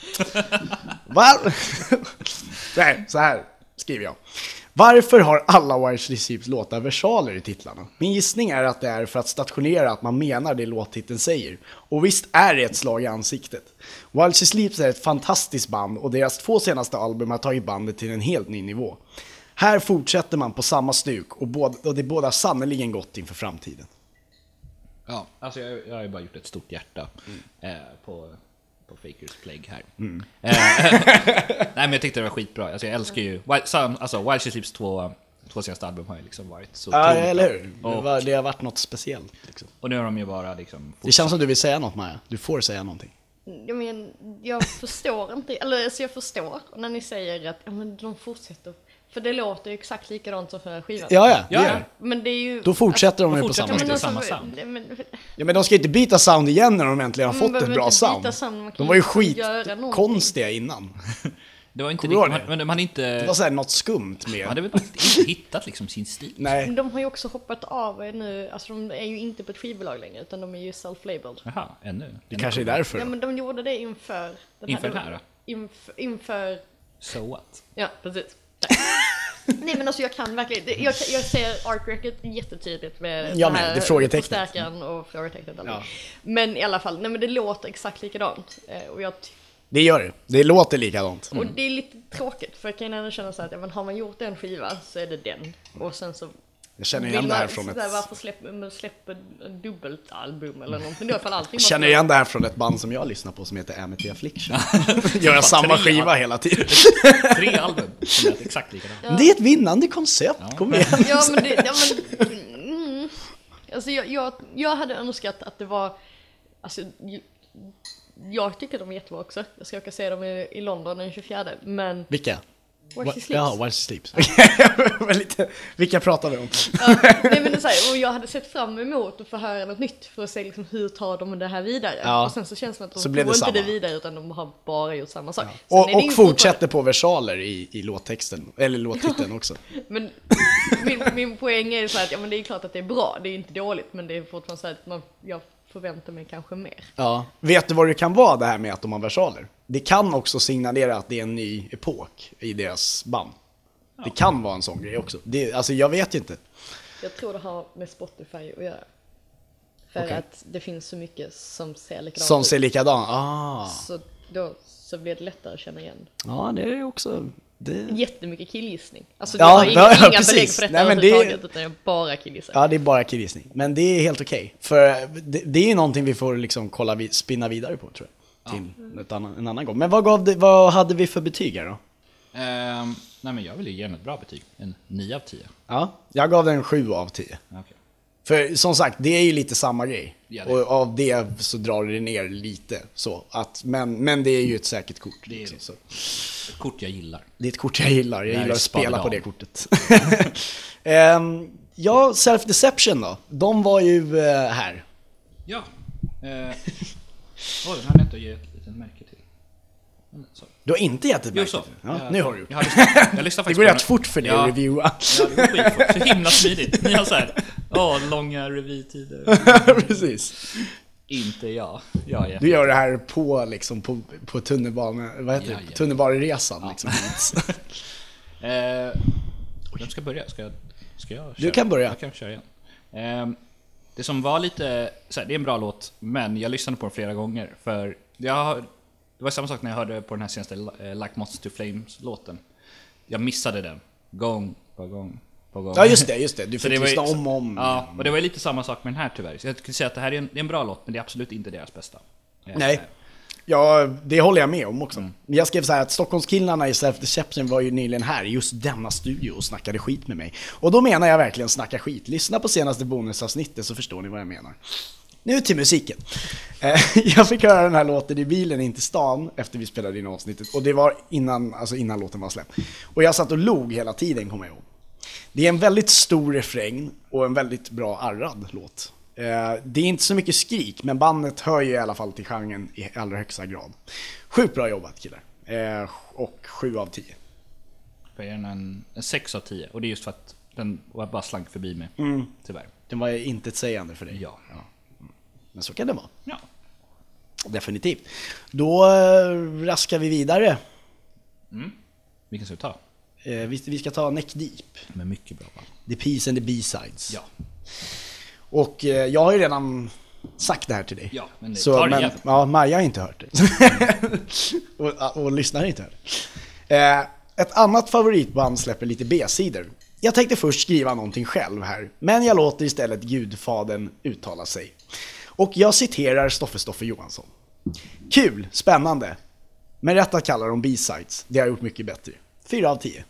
Var... Nej, så här skriver jag. Varför har alla While She Sleeps låtar versaler i titlarna? Min gissning är att det är för att stationera att man menar det låttiteln säger. Och visst är det ett slag i ansiktet. While She Sleeps är ett fantastiskt band och deras två senaste album har tagit bandet till en helt ny nivå. Här fortsätter man på samma stuk och, båda, och det är båda sannoliken gott inför framtiden. Ja, alltså jag, jag har ju bara gjort ett stort hjärta eh, på, på Fakers Plague här. Mm. Eh, nej, men jag tyckte det var skitbra. Alltså jag älskar ju... While, some, alltså While She Sleeps två, två senaste album har ju liksom varit så Ja, otroligt eller bra. hur? Det, Och, var, det har varit något speciellt. Liksom. och nu har de ju bara liksom... Det känns som du vill säga något, Maja. Du får säga någonting. Jag, men, jag förstår inte, eller alltså jag förstår när ni säger att ja, men de fortsätter. För det låter ju exakt likadant som förra skivan. Ja, ja. det Ja, gör ja. det. Men det är ju... Då fortsätter de Då ju på fortsätter samma de stuk. med alltså, samma sound. det- men, Ja, men de ska inte byta sound igen när de äntligen har Men fått behöver ett bra inte sound. byta sound, man kan De var ju ju göra någonting. skitkonstiga innan. Det var inte Kommer du ihåg riktigt... det? Man, man, inte... Det var så här något skumt Man med. hade väl inte hittat liksom sin stil. Nej, Men de har ju också hoppat av nu, alltså de är ju inte på ett skivbolag längre utan de är ju self-labeled. Jaha, ännu. det kanske är därför. Ja då. men de gjorde det inför den Inför den här då? Inför, inför So what? ja precis. Tack. Nej men alltså jag kan verkligen, det- jag, jag ser artworket jättetydligt med Ja, det men här det är frågetecknet. förstärkaren och frågetecknet. och Ja. allting. Men i alla fall, nej men det låter exakt likadant. Eh, Och, jag, ty- Det gör det. Det låter likadant. och det är lite tråkigt för jag kan ändå känna så att ja, men har man gjort en skiva så är det den. Och sen så Jag känner igen Vill det här man, från ett... sådär, varför släpper man släpper ett dubbelt album eller någonting? Det är i alla fall allting. Jag känner igen det här från ett band som jag lyssnar på som heter Amity Affliction. Göra samma skiva hela tiden. Tre album som är exakt likadant. Ja. Det är ett vinnande koncept, kom igen. Ja, men det... Ja, men, mm, alltså jag, jag, jag hade önskat att det var... Alltså, jag tycker de är jättebra också. Jag ska åka se dem i, i London den tjugofjärde, men... Vilka? Where She Sleeps. Ja, Where She Sleeps. Lite, vilka pratar vi om? Ja, nej, men det är så här, och jag hade sett fram emot att få höra något nytt för att se liksom, hur tar de det här vidare. Ja. Och sen så känns det som att de Så blev får det inte samma. det vidare utan de har bara gjort samma sak. Ja. Och, Sen är det och ju fortsätter på versaler i, i låttexten, eller låttiteln också. Men min, min poäng är så här att ja, men det är klart att det är bra, det är inte dåligt, men det är fortfarande så här att man, jag förväntar mig kanske mer. Ja. Vet du vad det kan vara det här med att de har versaler? Det kan också signalera att det är en ny epok i deras band. Ja. Det kan vara en sån grej också. Det, alltså jag vet ju inte. Jag tror det har med Spotify att göra. För Okay. att det finns så mycket som ser likadant Som ut. ser likadan. Ah. Så då så blir det lättare att känna igen. Ja, det är också... Det... Jättemycket killgissning. Alltså Ja, jag har inga, ja, inga precis. belägg för detta Nej, men det- överhuvudtaget, utan jag bara killgissar. Ja, det är bara killgissning. Men det är helt okej. För det, det är ju någonting vi får liksom kolla, vid- spinna vidare på, tror jag. Till ett annan, en annan gång. Men vad, gav det, vad hade vi för betyg här då? Ehm, nej men jag vill ju ge den ett bra betyg. En nio av tio. Ja, jag gav den en sju av tio. Okej. För som sagt, det är ju lite samma grej. Ja, det är och av det så drar det ner lite. Så att, men, men det är ju ett säkert kort. Det är liksom, det. så. Ett kort jag gillar. Det är ett kort jag gillar. Jag Det här gillar är att spela på Spadedam. det kortet. um, ja, Self-Deception då. De var ju uh, här. Ja. Eh, Oj, den hade jag inte att ge ett litet märke till. Mm, sorry. Du har inte gett ett Jo, märke så. till. Ja, Jag- nu har du gjort Jag har lyssnat, jag lyssnar det. faktiskt går på rätt den- fort för dig Ja. att reviewa. Ja, det går skitfort. Så himla smidigt. Ni har så här, åh, långa revytider. Precis. Inte jag. Jag är Du gör det här på, liksom, på, på tunnelbana, vad heter Ja, det? ja. Tunnelbaneresan. Liksom. Eh, vem ska börja? Ska jag, ska jag Du köra? kan börja. Jag kan köra igen. Eh, det som var lite, så här, det är en bra låt, men jag lyssnade på den flera gånger. För jag, har- det var samma sak när jag hörde på den här senaste eh, Like Moths to Flames-låten. Jag missade den, gång på gång på gång. Ja, just det, just det. Du Så fick det var ju- lyssna om och om. Ja, och det var ju lite samma sak med den här tyvärr. Så jag skulle säga att det här är en, det är en bra låt, men det är absolut inte deras bästa. Eh, Nej. Ja, det håller jag med om också. Mm. Jag skrev så här att Stockholmskillarna i Self-Deception var ju nyligen här i just denna studio och snackade skit med mig. Och då menar jag verkligen snacka skit. Lyssna på senaste bonusavsnittet så förstår ni vad jag menar. Nu till musiken. Eh, Jag fick höra den här låten i bilen in till stan efter vi spelade in avsnittet. Och det var innan, alltså innan låten var släppt. Och jag satt och log hela tiden, kommer jag ihåg. Det är en väldigt stor refräng och en väldigt bra arrad låt. Eh, Det är inte så mycket skrik, men bandet hör ju i alla fall till genren i allra högsta grad. Sjukt bra jobbat, killar. Eh, Och sju av tio. För jag ger den en, en sex av tio. Och det är just för att den var bara slank förbi mig, tyvärr. Den var inte ett sägande för dig. Ja. Men så kan det vara. Ja. Definitivt. Då eh, raskar vi vidare. Vilken ska vi ta? Eh, Vi vi ska ta Neck Deep. Men mycket bra band. The Peace and the B-Sides. Ja. Och eh, jag har ju redan sagt det här till dig. Ja, men det Så, tar det men, igen. ja, Maja har inte hört det. och, och lyssnar inte hört det. Eh, ett annat favoritband släpper lite B-sidor. Jag tänkte först skriva någonting själv här, men jag låter istället Gudfadern uttala sig. Och jag citerar Stoffe Stoffe Johansson. Kul, spännande. Men rätt att kalla dem B-sides. Det har gjort mycket bättre. Fyra av tio.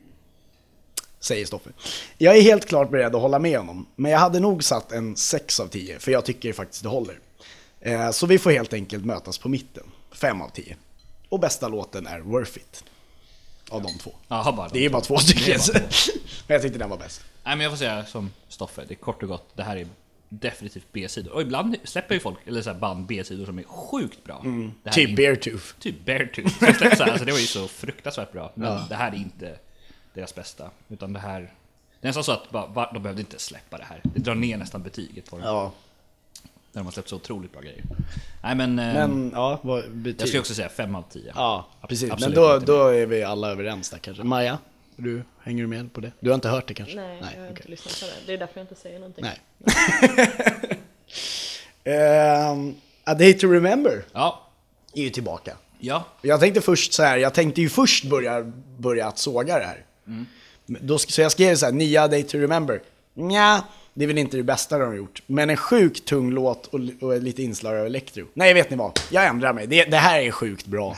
Säger Stoffe. Jag är helt klart beredd att hålla med honom, men jag hade nog satt en sex av tio, för jag tycker faktiskt det håller. Eh, så vi får helt enkelt mötas på mitten. fem av tio. Och bästa låten är Worth It. Av de två. Jaha, bara Det är bara två stycken. Det är bara Men jag tyckte den var bäst. Nej, men jag får säga som Stoffe, det är kort och gott. Det här är definitivt B-sidor. Och ibland släpper ju folk, eller så här band B-sidor som är sjukt bra. Det här Typ är Beartooth. Typ Beartooth. Så släpper så här, alltså det var ju så fruktansvärt bra. Men det här är inte deras bästa. Utan det här... Det är nästan så att bara, va, de behövde inte släppa det här. Det drar ner nästan betyget på dem. Ja. När de har släppt så otroligt bra grejer. Nej, men... eh, Men ja, vad betyder jag skulle också säga fem av tio. Ja, precis. Men Absolut då, inte då är vi alla överens där kanske. Maja, du, hänger du med på det? Du har inte hört det kanske? Nej, jag har okej. inte lyssnat på det. Det är därför jag inte säger någonting. Nej. um, A Day to Remember Ja. är ju tillbaka. Ja. Jag tänkte först så här, jag tänkte ju först börja, börja att såga det här. Mm. Då, så jag skrev så här, nya A Day to Remember. Nja, det är väl inte det bästa de har gjort. Men en sjukt tung låt och, och lite inslag av elektro. Nej, vet ni vad? Jag ändrar mig. Det, det här är sjukt bra.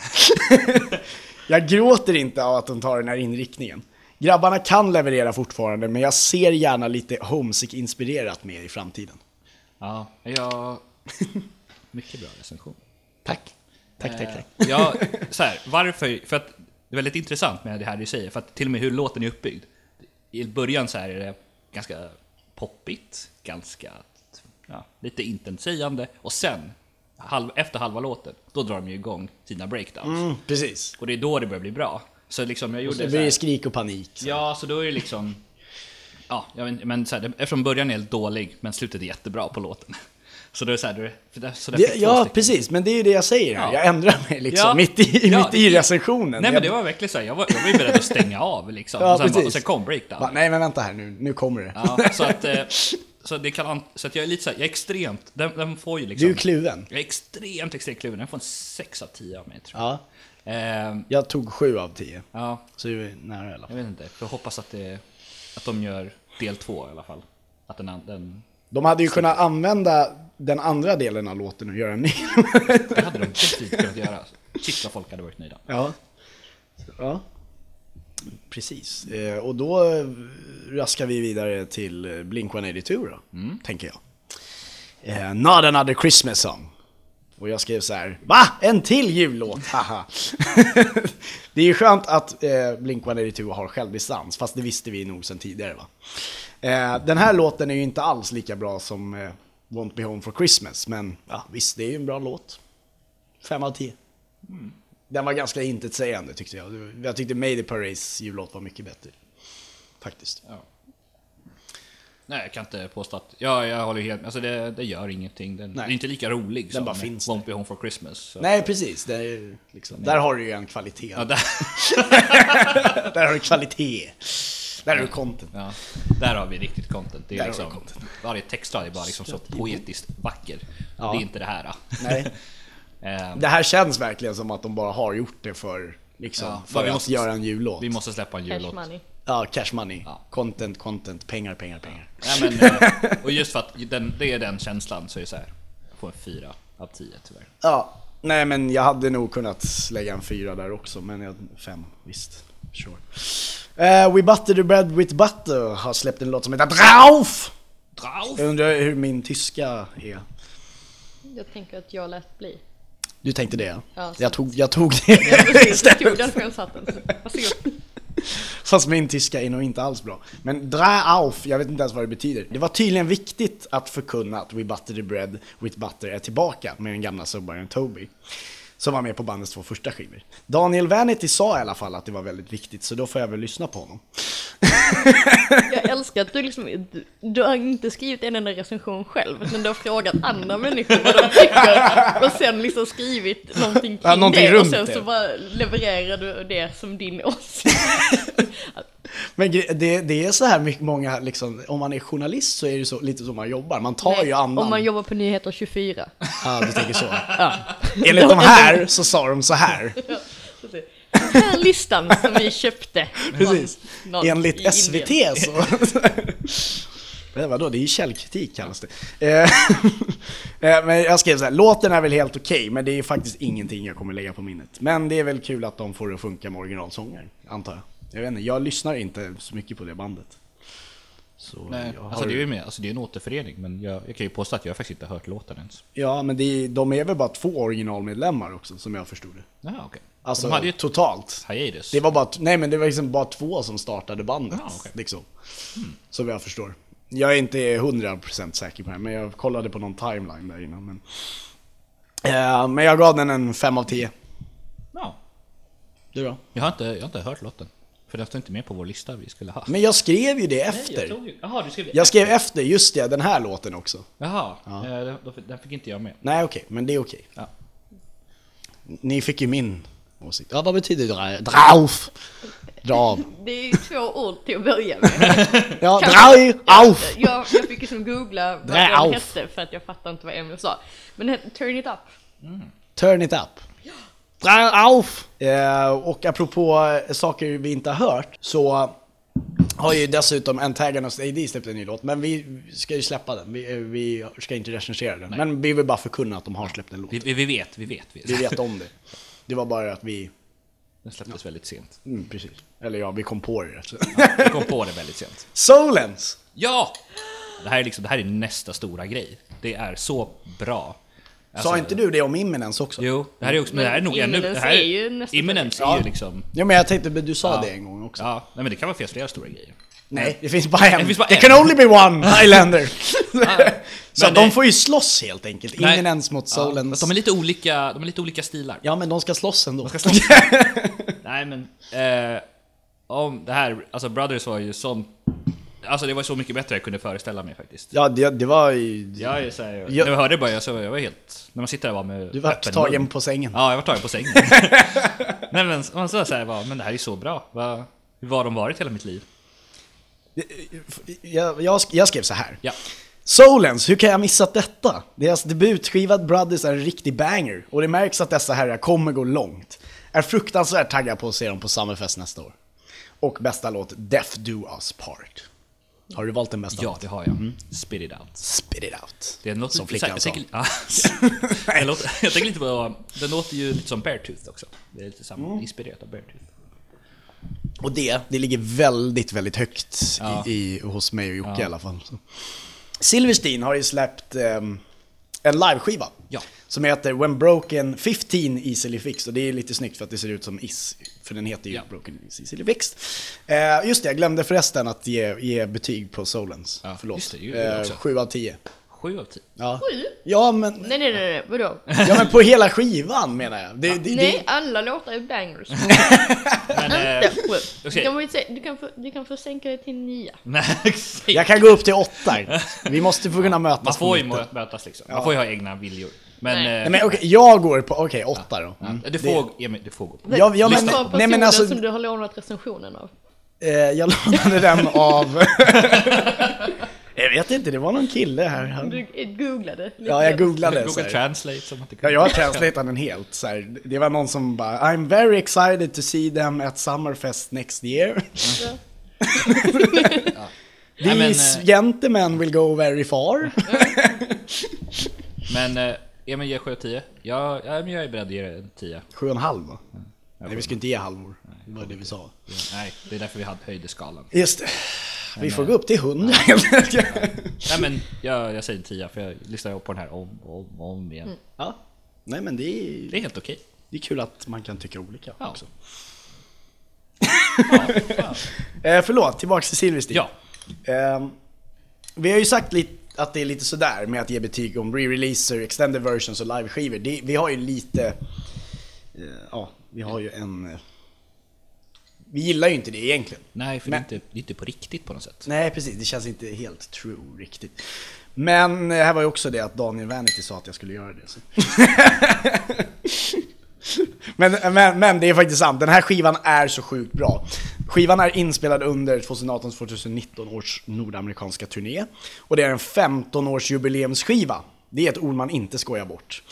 Jag gråter inte av att de tar den här inriktningen. Grabbarna kan leverera fortfarande, men jag ser gärna lite Homesick-inspirerat med i framtiden. Ja, jag... Mycket bra recension. Tack. Tack, tack, tack. Eh, ja, så här, varför... För att det är väldigt intressant med det här du säger. För att till och med hur låten är uppbyggd. I början så här är det ganska poppigt, ganska ja, lite intetsägande. Och sen, halv, efter halva låten, då drar de ju igång sina breakdowns. Mm, precis. Och det är då det börjar bli bra. Så liksom jag gjorde Så det så här, blir skrik och panik. Så. ja, så då är det liksom... Ja, jag vet, men så här, eftersom början är helt dålig, men slutet är jättebra på låten. Så då är det så här, för där, så där Det, ja, precis. Men det är ju det jag säger här. Ja. Jag ändrar mig liksom Ja. mitt i, Ja, mitt i recensionen. Nej, men jag, det var verkligen så här, jag var, jag var ju beredd att stänga av liksom. Ja, och, sen, precis. och sen kom breakdown. Va, nej, men vänta här nu. Nu kommer det. Ja, så att... Eh, så, det kan, så att jag är lite så här, jag är extremt... Den, den får ju liksom... Du är kluven. Jag är extremt, extremt kluven. Den får en sex av tio av mig, tror Ja. jag. Eh, Jag tog sju av tio. ja, Så du är nära i alla jag fall. vet inte. Jag hoppas att, det, att de gör del två i alla fall. Att den... den De hade ju kunnat använda den andra delen av låten och göra en ny. det hade de definitivt kunnat göra. Shit vad folk hade varit nöjda. Ja. Ja. Precis. Eh, och då eh, raskar vi vidare till eh, Blink one eighty-two då, mm. tänker jag. Eh, Not another Christmas song. Och jag skrev så här: va? En till jullåt? Haha. Det är ju skönt att eh, Blink one eighty-two har självdistans, fast det visste vi nog sedan tidigare, va? Eh, den här låten är ju inte alls lika bra som eh, Won't Be Home for Christmas, men ja, visst, det är ju en bra låt. Fem av tio. Mm. Den var ganska intetsägande tyckte jag. Jag tyckte May the Parades jullåt var mycket bättre. Faktiskt. Ja. Nej, jag kan inte påstå att... Ja, jag håller helt... Alltså det, det gör ingenting. Den Nej. är inte lika rolig Den som bara finns Won't Be Home for Christmas. Så. Nej, precis. Det är liksom, där har du ju en kvalitet. Ja, där, Där har du kvalitet. Där har du content. ja, där har vi riktigt content. Det är Där har liksom... vi content. Varje textrad är bara liksom så poetiskt vacker. Ja. Det är inte det här. Nej. Eh, Det här känns verkligen som att de bara har gjort det för, liksom, Ja, för vi att måste- göra en jullåt. vi måste släppa en Cash jullåt. money. Ja, cash money. Ja. Content, content, pengar, pengar, pengar. Ja, men, eh, och just för att den, det är den känslan så är det så här. Jag får en fyra av tio tyvärr. Ja, nej men jag hade nog kunnat lägga en fyra där också, men jag, fem, visst. Sure. Uh, We Butter the Bread with Butter har släppt en låt som heter Drauf! Drauf! Jag undrar hur min tyska är. Jag tänker att jag lät bli. Du tänkte det, ja? Ja, jag, tog, jag tog det. Ja, precis. Jag tog den för jag satt den. Varsågod. Fast min tyska är nog inte alls bra. Men Drauf, jag vet inte ens vad det betyder. Det var tydligen viktigt att förkunna att We Butter the Bread with Butter är tillbaka med den gamla sångaren Toby, som var med på bandets två första skivor. Daniel Vanity sa i alla fall att det var väldigt viktigt, så då får jag väl lyssna på honom. Jag älskar att du liksom, du, du har inte skrivit en enda recension själv, utan du har frågat andra människor vad de tycker och sen liksom skrivit någonting kring Ja, någonting det runt och sen det. så bara levererar du det som din åsikt. Men gre- det, det är så här mycket många, liksom, om man är journalist så är det så, lite så man jobbar. Man tar ju annan. Om man jobbar på Nyheter tjugofyra. Ja, du tänker så. Ja. Enligt de här så sa de så här. Precis. Den här listan som vi köpte. Precis. någon- någon i Enligt S V T Indien. så... Men vadå, det är ju källkritik kallas det. Eh, eh, Men jag skrev så här: låten är väl helt okej, men det är faktiskt ingenting jag kommer lägga på minnet. Men det är väl kul att de får det att funka med originalsångare, antar jag. Jag vet inte, jag lyssnar inte så mycket på det bandet. Så Nej, jag har... alltså det är ju med, alltså det är en återförening, men jag, jag kan ju påstå att jag faktiskt inte har hört låten ens. Ja, men det är, de är väl bara två originalmedlemmar också, som jag förstod det. Jaha, okej. Okay. Alltså De hade ju ett totalt. hiatus. Det var bara, nej men det var liksom bara två som startade bandet, Ja, okej. liksom. Mm. Som jag förstår. Jag är inte hundra procent säker på det här, men jag kollade på någon timeline där innan. Men, eh, men jag gav den en fem av tio. Ja. Du då? Jag har inte, jag har inte hört låten. För den står inte med på vår lista vi skulle ha. Men jag skrev ju det Nej, efter. jag tror ju- Jaha, du skrev det Jag skrev efter, just det, den här låten också. Jaha, Ja. eh, den- då- den fick inte jag med. Nej okej, men det är okej. Ja. Ni fick ju min åsikt. Ja, vad betyder dra- drauf? Dra av. Det är ju två ord till att börja med. Ja, Kan- dra auf! Jag, jag fick liksom googla vad Dra den auf. hette för att jag fattar inte vad Emil sa. Men den hette Turn It Up. Turn it up. Dra auf! Eh, och apropå saker vi inte har hört, så har ju dessutom Antagonist A D släppt en ny låt, men vi ska ju släppa den. Vi, vi ska inte recensera den. Nej. Men vi vill bara förkunna att de har släppt en låt. Vi, vi, vi vet, vi vet. Vi vet, vi vet om det. Det var bara att vi... Den släpptes ja. väldigt sent. Mm, precis. Eller ja, vi kom på det. Ja, vi kom på det väldigt sent. Solens! Ja! Det här är liksom, det här är nästa stora grej. Det är så bra. Alltså, sa inte du det om Imminence också? Jo, det här är också, men det här är nog ännu... Det här är ju nästa Imminence ja. är ju liksom... Ja, men jag tänkte, du sa ja. det en gång också. Ja, nej, men det kan vara flera, flera stora grejer. Nej, det finns bara en. Det, finns bara det en. can only be one Highlander. Ja. Så Men de det... får ju slåss helt enkelt. Nej. Imminence mot Solens. Ja, de är lite olika, de är lite olika stilar. Ja, men de ska slåss ändå. De ska slåss. Nej, men... Eh, om det här... Alltså, Brothers var ju sån... Alltså, det var så mycket bättre jag kunde föreställa mig faktiskt. Ja, det, det var ju... Jag är så här, jag... när jag hörde det bara, jag, så, jag var helt... När man sitter där var med... Du var tagen mun. På sängen. Ja, jag var tagen på sängen. Nej, men man så så här, bara, men det här är så bra. Va, hur har de varit hela mitt liv? Jag, jag, jag skrev så här. Ja. Solens, hur kan jag ha missat detta? Deras debutskiva Brothers är en riktig banger. Och det märks att dessa herrar kommer gå långt. Är fruktansvärt taggad på att se dem på Summerfest nästa år. Och bästa låt, Death Do Us Part. Har du valt den bästa? Ja, det har jag. Mm. Spit It Out. Spit It Out. Det är något som flickan jag, sa. tänker, ah, jag, låter, jag tänker lite på... Den låter ju lite som Beartooth också. Det är lite samma, mm. inspirerat av Beartooth. Och det, det ligger väldigt, väldigt högt ja. i, i, hos mig och Jocke ja. i alla fall. Så. Silverstein har ju släppt um, en liveskiva ja. som heter When Broken fifteen Easily Fixed. Och det är lite snyggt för att det ser ut som Is, för den heter ju ja. Broken Easily Fixed. Uh, just det, jag glömde förresten att ge, ge betyg på Solens. Ja, Förlåt. Just det, ju, uh, sju av tio. Sju av tio? Ja. Sju? Ja, men... Nej, nej, nej, nej, vadå? Ja, men på hela skivan menar jag. Det, ja. det, nej, det... alla låtar är bangers. Men, äh, du, kan väl säga, du, kan få, du kan få sänka det till nia. Jag kan gå upp till åtta. Vi måste få kunna mötas. Man får ju mötas liksom. Man ja. får ju ha egna viljor. Men, nej. Nej, men okej, okay, jag går på, okej, okay, åtta då. Mm. Du, får, det... Emil, du får gå på. Ja, ja, men, men, nej, men alltså... som du har lånat recensionen av. Eh, jag lånade den av... Jag vet inte, det var någon kille här. Du googlade. Ja, jag googlade. Google Translate. Som att det ja, jag har translateat den helt. Så här. Det var någon som bara, I'm very excited to see them at Summerfest next year. Ja. ja. These gentlemen will go very far. Men äh, Emil ger sju av tio. Ja, jag är beredd att ge det en tio. sju och en halv va? Mm. Nej, vi ska inte ge halvor. Det var det vi sa. Nej, det är därför vi hade höjde skalan. Just det. Vi men, får gå upp till hundra. Ja. Nej, men jag, jag säger tio, för jag lyssnar på den här om och om, om igen. Mm. Ja. Nej, men det är... Det är helt okej. Det är kul att man kan tycka olika ja. också. ja, ja. eh, förlåt, tillbaka till Silverstein. Ja. Eh, vi har ju sagt lite att det är lite sådär med att ge betyg om re-releaser, extended versions och live-skivor. Det, vi har ju lite... Eh, ja, vi har ju en... Eh, vi gillar ju inte det egentligen. Nej, för men, det, är inte, det är inte på riktigt på något sätt. Nej, precis. Det känns inte helt true riktigt. Men här var ju också det att Daniel Vanity sa att jag skulle göra det. Så. men, men, men det är faktiskt sant. Den här skivan är så sjukt bra. Skivan är inspelad under tjugoarton tjugonitton års nordamerikanska turné. Och det är en femton års jubileumsskiva. Det är ett ord man inte skojar bort.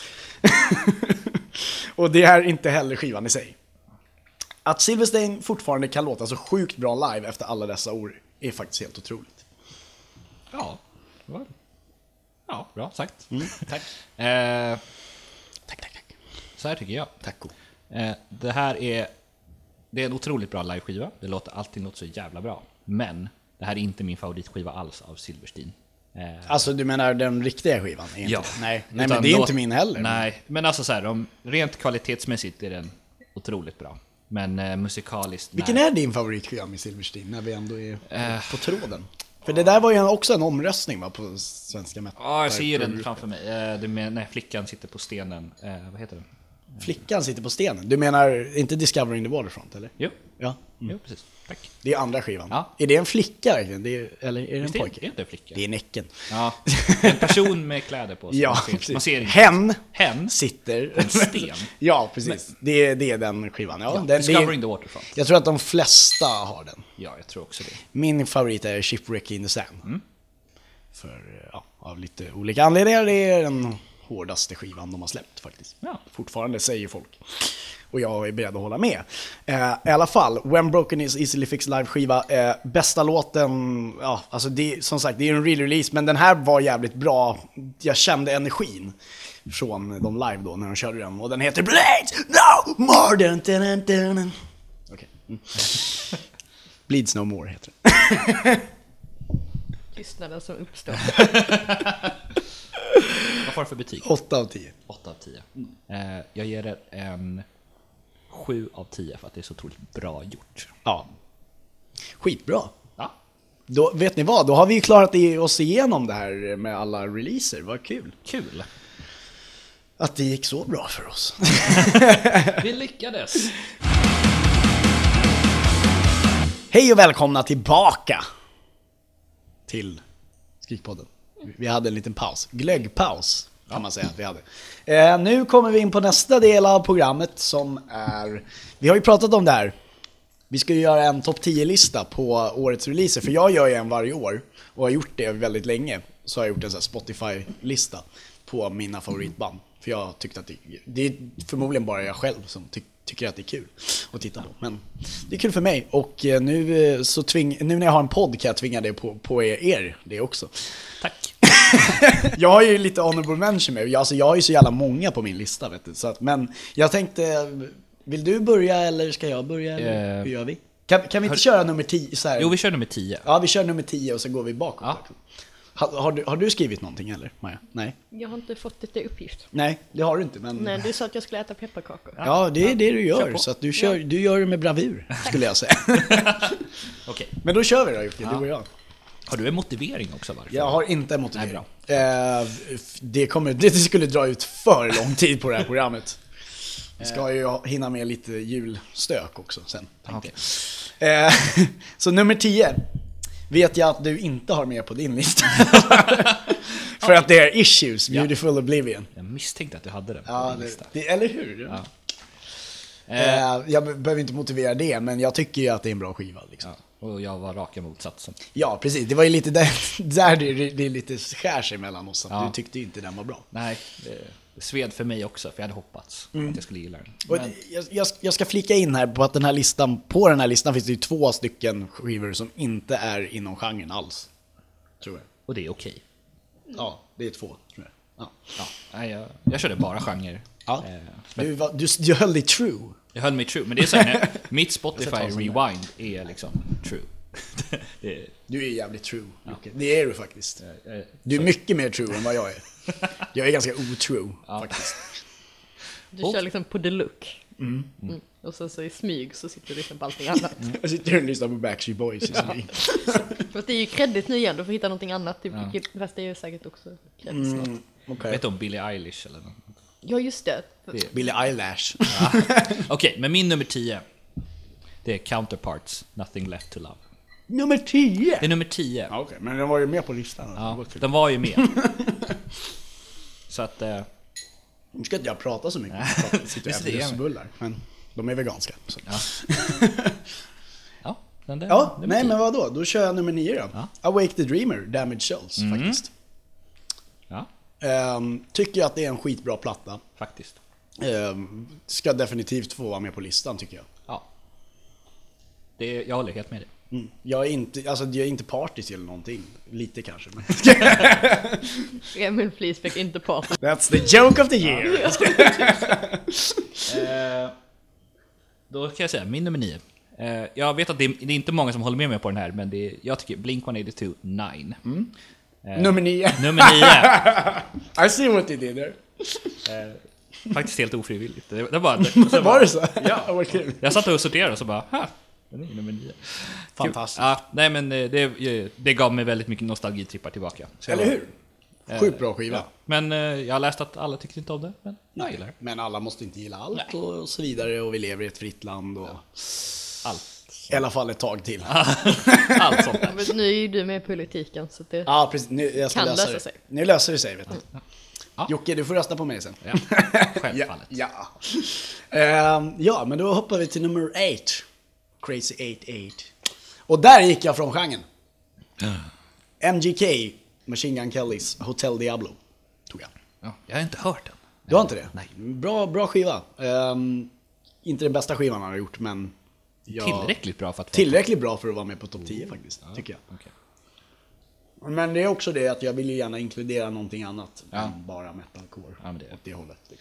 Och det är inte heller skivan i sig. Att Silverstein fortfarande kan låta så sjukt bra live efter alla dessa år är faktiskt helt otroligt. Ja, ja bra sagt. Mm, tack. eh, tack, tack, tack. Så här tycker jag. Tack. Eh, det här är det är en otroligt bra liveskiva. Det låter alltid något så jävla bra. Men det här är inte min favoritskiva alls av Silverstein. Eh, alltså du menar den riktiga skivan? Inte? Ja. Nej, nej men det är låt, inte min heller. Nej, men alltså så här, om, rent kvalitetsmässigt är den otroligt bra. Men eh, musikaliskt... Vilken nej. är din favoritskiva med Silverstein när vi ändå är uh, på tråden? För det där var ju också en omröstning va, på svenska metal. Ja, jag ser den framför mig. Eh, det med, när flickan sitter på stenen. Eh, vad heter den? Flickan sitter på stenen? Du menar inte Discovering the Waterfront, eller? Jo. Ja. Mm. Jo, precis. Tack. Det är andra skivan. Ja. Är det en flicka verkligen? Det är, eller är det en pojke? Det är inte en flicka. Det är Näcken. Ja. En person med kläder på sig. Ja, man ser, precis. Man ser Hen, Hen sitter en sten. Ja, precis. Det är, det är den skivan. Ja, ja, den, Discovering det är, the Waterfront. Jag tror att de flesta har den. Ja, jag tror också det. Min favorit är Shipwreck in the Sand. Mm. För, ja, av lite olika anledningar. Det är den hårdaste skivan de har släppt faktiskt. Ja. Fortfarande säger folk. Och jag är beredd att hålla med. Eh, I alla fall, When Broken Is Easily Fixed live-skiva. Eh, bästa låten, ja, alltså det, som sagt, det är en re-release, men den här var jävligt bra. Jag kände energin från de live då när de körde den. Och den heter Blades No More. Dun, dun, dun, dun. Okay. Mm. Bleeds No More heter den. Tystnaden som uppstår. Vad får du för betyg? åtta av tio. åtta av tio. Eh, jag ger det en sju av tio för att det är så otroligt bra gjort. Ja. Skitbra. Ja. Då, vet ni vad? Då har vi ju klarat oss igenom det här med alla releaser. Vad kul. Kul. Att det gick så bra för oss. Vi lyckades. Hej och välkomna tillbaka till Skrikpodden. Vi hade en liten paus. Glöggpaus kan man säga att vi hade. Eh, nu kommer vi in på nästa del av programmet som är... Vi har ju pratat om det här. Vi ska ju göra en topp tio-lista på årets releaser. För jag gör ju en varje år och har gjort det väldigt länge. Så har jag gjort en sån här Spotify-lista på mina favoritband. För jag tyckte att det, det är förmodligen bara jag själv som ty, tycker att det är kul att titta på. Men det är kul för mig. Och nu, så tving, nu när jag har en podd kan jag tvinga det på, på er det också. Tack. Jag har ju lite honorable mention med. Jag, alltså, jag har ju så jävla många på min lista, vet du. Så att, men jag tänkte, vill du börja eller ska jag börja? Eller? Uh, Hur gör vi? Kan, kan vi inte hör, köra nummer tio? Så här? Jo, vi kör nummer tio. Ja, vi kör nummer tio och så går vi bakåt. Ja. Har, har, du, har du skrivit någonting eller, Maja? Nej. Jag har inte fått det till uppgift. Nej, det har du inte. Men... Nej, du sa att jag skulle äta pepparkakor. Ja, det är det du Kör gör. på. Så att du, kör, du gör det med bravur, skulle jag säga. Okej. Men då kör vi då, Jocke, Ja. du och jag. Har du en motivering också? Varför? Jag har inte en motivering. Nej, eh, det, kommer, det skulle dra ut för lång tid på det här programmet. Vi ska ju hinna med lite julstök också sen. Okej. Eh, så nummer tio vet jag att du inte har med på din lista. För att det är Issues, Beautiful ja. Oblivion. Jag misstänkte att du hade den på ja, din det, lista. det, eller hur? Ja. Eh, jag behöver inte motivera det, men jag tycker ju att det är en bra skiva liksom. Ja, och jag var raka motsatsen. Ja, precis. Det var ju lite där, där det, det är lite skär sig mellan oss. Att Ja. Du tyckte ju inte den var bra. Nej, det, det sved för mig också, för jag hade hoppats Mm. att jag skulle gilla den. Och Men, jag, jag, jag ska flika in här på att den här listan, på den här listan finns det ju två stycken skivor som inte är inom genren alls. Tror jag. och det är okej. Ja, det är två, tror jag. Ja. Ja, nej, jag, jag körde bara genre. Ja. Eh, men Du, var- du, du höll dig true. jag höll mig true, men det är så här, när- mitt Spotify Jag ska ta en sån där. rewind är liksom true. det är, Du är jävligt true, Jocke. Det är du faktiskt. eh, Du är så- mycket mer true än vad jag är. Jag är ganska otrue, faktiskt. Du kör liksom på the look. Mm. Och så, så i smyg så sitter du liksom på allting annat. Jag sitter och lyssnar på Backstreet Boys i smyg. För att det är ju kreddigt nu igen, du får hitta någonting annat. Typ, Ja. Fast det är ju säkert också kreddigt snart. Mm, okay. Vet du om Billie Eilish eller något? Ja, just det. Det- Billie Eyelash. Okej, men min nummer tio, det är Counterparts, Nothing Left to Love. Nummer tio! Det är nummer tio. Ja, okej, men den var ju med på listan. Ja, den var ju med. Så att... Eh, Nu ska inte jag prata så mycket. Jag sitter och Visst äter det är. lussebullar, men de är veganska. Så. ja. ja, den där, Ja, nummer nej tio. men vadå? Då kör jag nummer nio då. Ja. Awake the Dreamer, Damaged Souls, Mm. faktiskt. Ja, Ehm, tycker jag att det är en skitbra platta. faktiskt. Ehm, ska definitivt få vara med på listan, tycker jag. Ja. Det, jag håller helt med dig. Mm. Jag är inte, alltså jag är inte partisk eller någonting. Lite kanske, men... Emil Flisbeck, inte party. That's the joke of the year! Eh, då kan jag säga, min nummer nio. Eh, jag vet att det är, det är inte många som håller med mig på den här, men det är, jag tycker Blink one eighty-two, Nine. Mm. Eh, Nummer nio. Nummer nio. I see what you did there. Eh, faktiskt helt ofrivilligt. Det, det var, det, så Var bara, det så? Ja. Vad kul. Jag satt och sorterade och så bara, ha, den är nummer nio. Fantastiskt. Ja, nej men eh, det, det gav mig väldigt mycket nostalgitrippar tillbaka. Så jag Eller var- hur? Sjukt bra skiva. Ja. Men eh, jag har läst att alla tyckte inte om det, men jag gillar det. Men alla måste inte gilla allt Nej. och så vidare. Och vi lever i ett fritt land och... Allt. I alla fall ett tag till. Allt sånt där. Men nu är ju du med i politiken så det... Ja, precis. Nu, jag ska Kan lösa lösa det. sig. Nu löser det sig, vet du. Ja. Jocke, du får rösta på mig sen. Ja, självfallet. Ja, ja. Ehm, ja, men då hoppar vi till nummer åtta. Crazy eighty-eight. Och där gick jag från genren. M G K, Machine Gun Kellys Hotel Diablo, tog jag. Ja, jag har inte hört den. Du har inte det? Nej. Bra, bra skiva. Ehm, inte den bästa skivan han har gjort, men ja, Tillräckligt bra för att tillräckligt bra för att vara med på topp tio faktiskt, Ja, tycker jag. okej. Men det är också det att jag vill ju gärna inkludera någonting annat Ja. än bara metalcore. Ja, men det- åt det hållet. Liksom.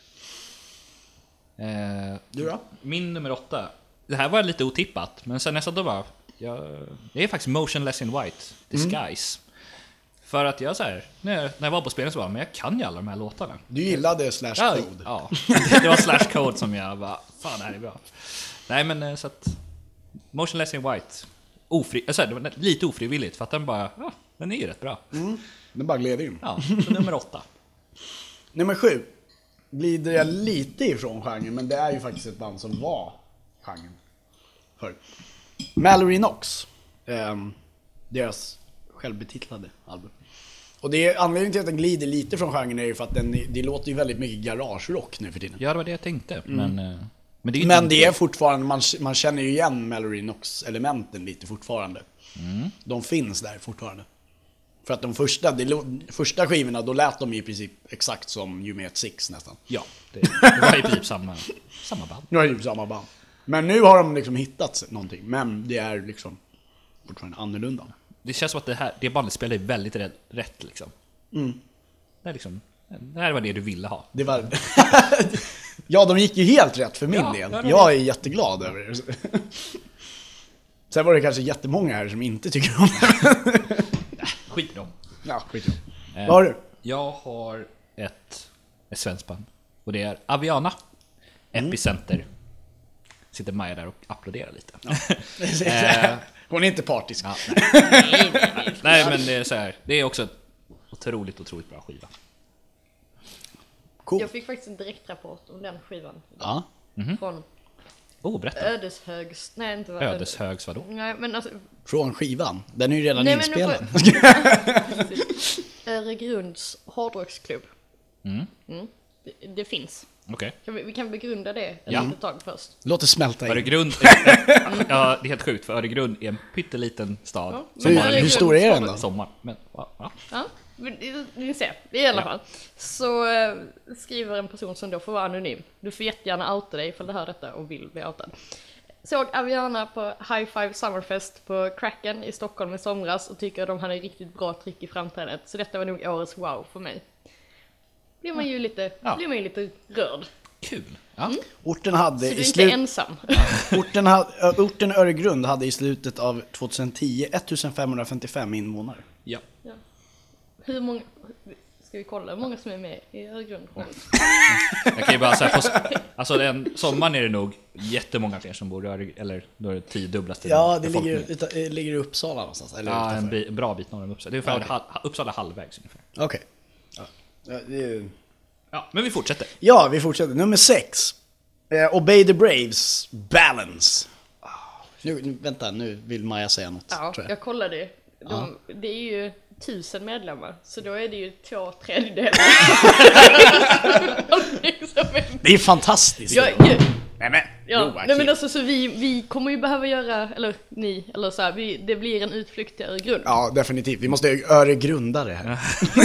Eh, Du då? Min nummer åtta. Det här var lite otippat, men sen nästan då bara jag, jag är faktiskt Motionless in White, Disguise. För att jag så här, när jag, när jag var på spelen så var men jag kan ju alla de här låtarna. Du gillade Slash Ja, Code. ja. Det var Slash Code som jag bara, fan det här är bra. Nej men eh, så att Motionless in White, ofri, alltså, det var lite ofrivilligt för att den bara, ja, den är ju rätt bra. Mm. Den bara gled in. Ja, så nummer åtta. Nummer sju glider jag lite ifrån genren, men det är ju faktiskt ett band som var genren förr. Mallory Knox, ehm, deras självbetitlade album. Och det är anledningen till att den glider lite från genren är ju för att den, det låter ju väldigt mycket garagerock nu för tiden. Ja, det var det jag tänkte, men, eh, men det är ju Men inte- det är fortfarande, man, man känner ju igen Mallory Knox-elementen lite fortfarande. De finns där fortfarande. För att de första, de, lå- första skivorna, då lät de i princip exakt som You Met Six nästan. Ja, det, det var i princip samma, samma band. Nu är det ju samma band. Men nu har de liksom hittat någonting. Men det är liksom fortfarande annorlunda. Det känns som att det här det bandet spelar ju väldigt rätt, rätt liksom. Det, är liksom. Det här var det du ville ha. Det var... ja, de gick ju helt rätt för min Ja, del. ja, det- Jag är jätteglad över det. Sen var det kanske jättemånga här som inte tycker om det. Skit i dem. Ja, skit i det. Eh, Vad har du? Jag har ett, ett svenskt band. Och det är Aviana. Epicenter. Sitter Maja där och applåderar lite. Eh, Hon är inte partisk. ja, nej. nej, men det är så här. Det är också ett otroligt, otroligt bra skiva. Cool. Jag fick faktiskt en direktrapport om den skivan. Ja. Från Oh, berätta. Ödeshögs... Nej, inte vad Ödeshögs vadå? Nej, men alltså... Från skivan. Den är ju redan Nej, men nu inspelad. får- Öregrunds hårdrocksklubb. Mm. Mm. Det, det finns. Okej. Kan vi, vi kan begrunda det ett Ja. litet tag först. Låt det smälta in. Öregrund, ja, det är helt sjukt för Öregrund är en pytteliten stad. Ja, som men har en hur Öregrunds stor är den då? hårdrock- sommar. Men, ja, ja. Ja, men det- ni ser. Det är i alla Ja. fall. Så eh, skriver en person som då får vara anonym. Du får jättegärna outa dig ifall du hör detta och vill bli outad. Såg Aviana på High Five Summerfest på Kraken i Stockholm i somras och tycker att de hade riktigt bra tryck i framträdandet. Så detta var nog årets wow för mig. Blir man ju lite, Ja. blir man ju lite rörd. Kul. Ja. Orten Så hade du är i inte slut... ensam. Orten, ha... Ö, orten Öregrund hade i slutet av tjugohundratio femtonhundrafemtiofem invånare. Ja. Ja. Hur många... Ska vi kolla hur många som är med i Öregrund? Jag kan ju bara säga, på, alltså den sommaren är det nog jättemånga fler som bor i Öregrund, eller då är det tio dubblas till Ja, det befolkningen. ligger, uta- eh, ligger i Uppsala någonstans. Eller Ja, en, utanför. bi, en bra bit norr om Uppsala. Det är ungefär Okej. ha, Uppsala halvvägs ungefär. Okej. Ja. Ja, det är ju- Ja, men vi fortsätter. ja, vi fortsätter. Nummer sex. Eh, Obey the Braves, Balance. Ah, Nu, nu, vänta, nu vill Maja säga något, Ja, tror jag. jag kollade. De, Det är ju tusen medlemmar, så då är det ju två tredjedelar. Det är fantastiskt. ja, ja, Nej, men, ja. Joakim. Nej, men alltså, så vi, vi kommer ju behöva göra, eller ni, eller så här, vi, det blir en utflykt till Öregrund. Ja, definitivt. Vi måste Öregrunda det här.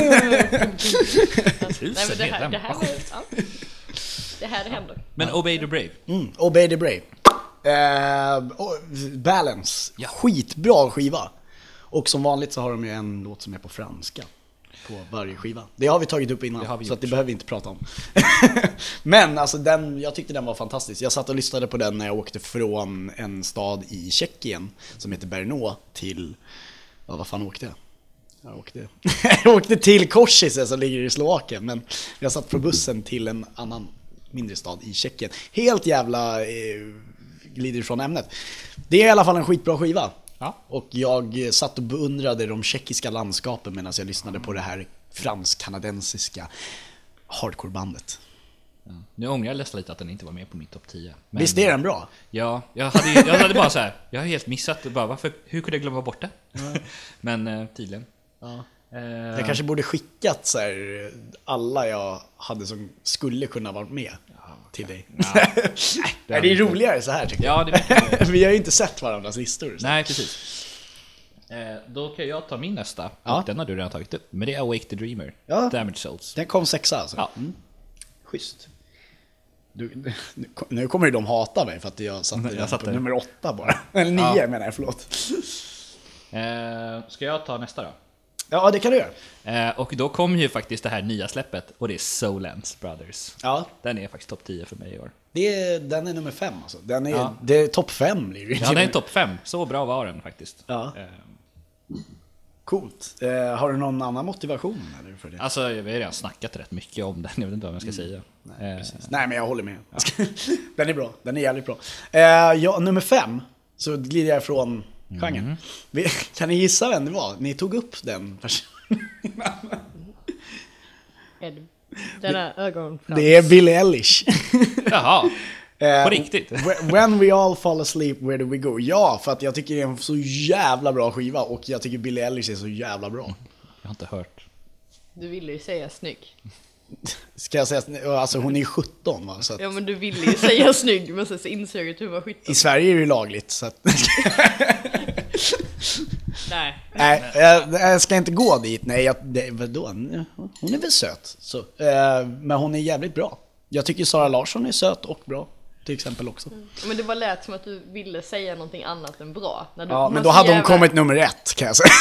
Nej, men det här, det här, är, ja. det här det händer. Men Obey the Brave. Mm, Obey the Brave. Eh, och Balance. Ja. Skitbra skiva. Och som vanligt så har de ju en låt som är på franska på varje skiva. Det har vi tagit upp innan, Det har vi så att det gjort. behöver vi inte prata om. Men alltså den, jag tyckte den var fantastisk. Jag satt och lyssnade på den när jag åkte från en stad i Tjeckien som heter Brno till, ja vad fan åkte jag? Jag åkte, jag åkte till Košice som ligger i Slovakien, men jag satt på bussen till en annan mindre stad i Tjeckien. Helt jävla eh, glider ifrån ämnet. Det är i alla fall en skitbra skiva. Ja. Och jag satt och beundrade de tjeckiska landskapen medan jag lyssnade på det här fransk-kanadensiska hardcore-bandet. Nu ångrar jag nästan lite att den inte var med på min topp tio. Men, Visst är den bra? Ja, jag hade, ju- jag hade bara så här. Jag har helt missat bara, varför, hur kunde jag glömma bort det? Men eh, tydligen. Ja. Eh, Jag kanske borde skickat så här, alla jag hade som skulle kunna vara med till dig. Nej, det är roligare så här tycker jag. Ja, det verkar Vi har ju inte sett varandras listor. Så. Nej, precis. Eh, då kan jag ta min nästa. Ja. Och den har du redan tagit upp. Men det är Awake the Dreamer. Ja. Damage Souls. Den kom sexa alltså. Ja. Schysst. Du, nu kommer ju de hata mig för att jag satte Jag den satte på det. nummer åtta bara. Eller nio Ja. menar jag, förlåt. Eh, ska jag ta nästa då? Ja, det kan du göra. Eh, och då kom ju faktiskt det här nya släppet, och det är Soulance Brothers. Ja, Den är faktiskt topp tio för mig i år. det är, den är nummer fem alltså. Den är, Ja. det är topp fem blir det. Ja, den är topp fem. Så bra var den faktiskt. Ja. Eh, Coolt. Eh, har du någon annan motivation eller för det? alltså, vi har redan snackat rätt mycket om den, jag vet inte vad jag ska säga. Nej, Eh, precis. Nej, men jag håller med. Den är bra, den är jävligt bra. Eh, ja, nummer fem, så glider jag ifrån genren. Vi- Kan ni gissa vem det var? Ni tog upp den personen. Är det den här ögonfrans? Det är Billie Eilish. Jaha, Eh, på riktigt? When we all fall asleep, where do we go? Ja, för att jag tycker det är en så jävla bra skiva och jag tycker Billie Eilish är så jävla bra. Jag har inte hört. Du ville ju säga snygg. Ska jag säga, alltså hon är ju sjutton va? Så att, Ja men du ville ju säga snygg, men sen så insåg jag att du var sjutton. i Sverige är det ju lagligt så att, Nej. nej, jag, jag ska inte gå dit. Nej, jag, det, vadå? Hon är väl söt så, eh, men hon är jävligt bra. Jag tycker Sara Larsson är söt och bra till exempel också. Men det var lät som att du ville säga någonting annat än bra. När du, Ja, hon men har då så hade hon jävla- kommit nummer ett kan jag säga.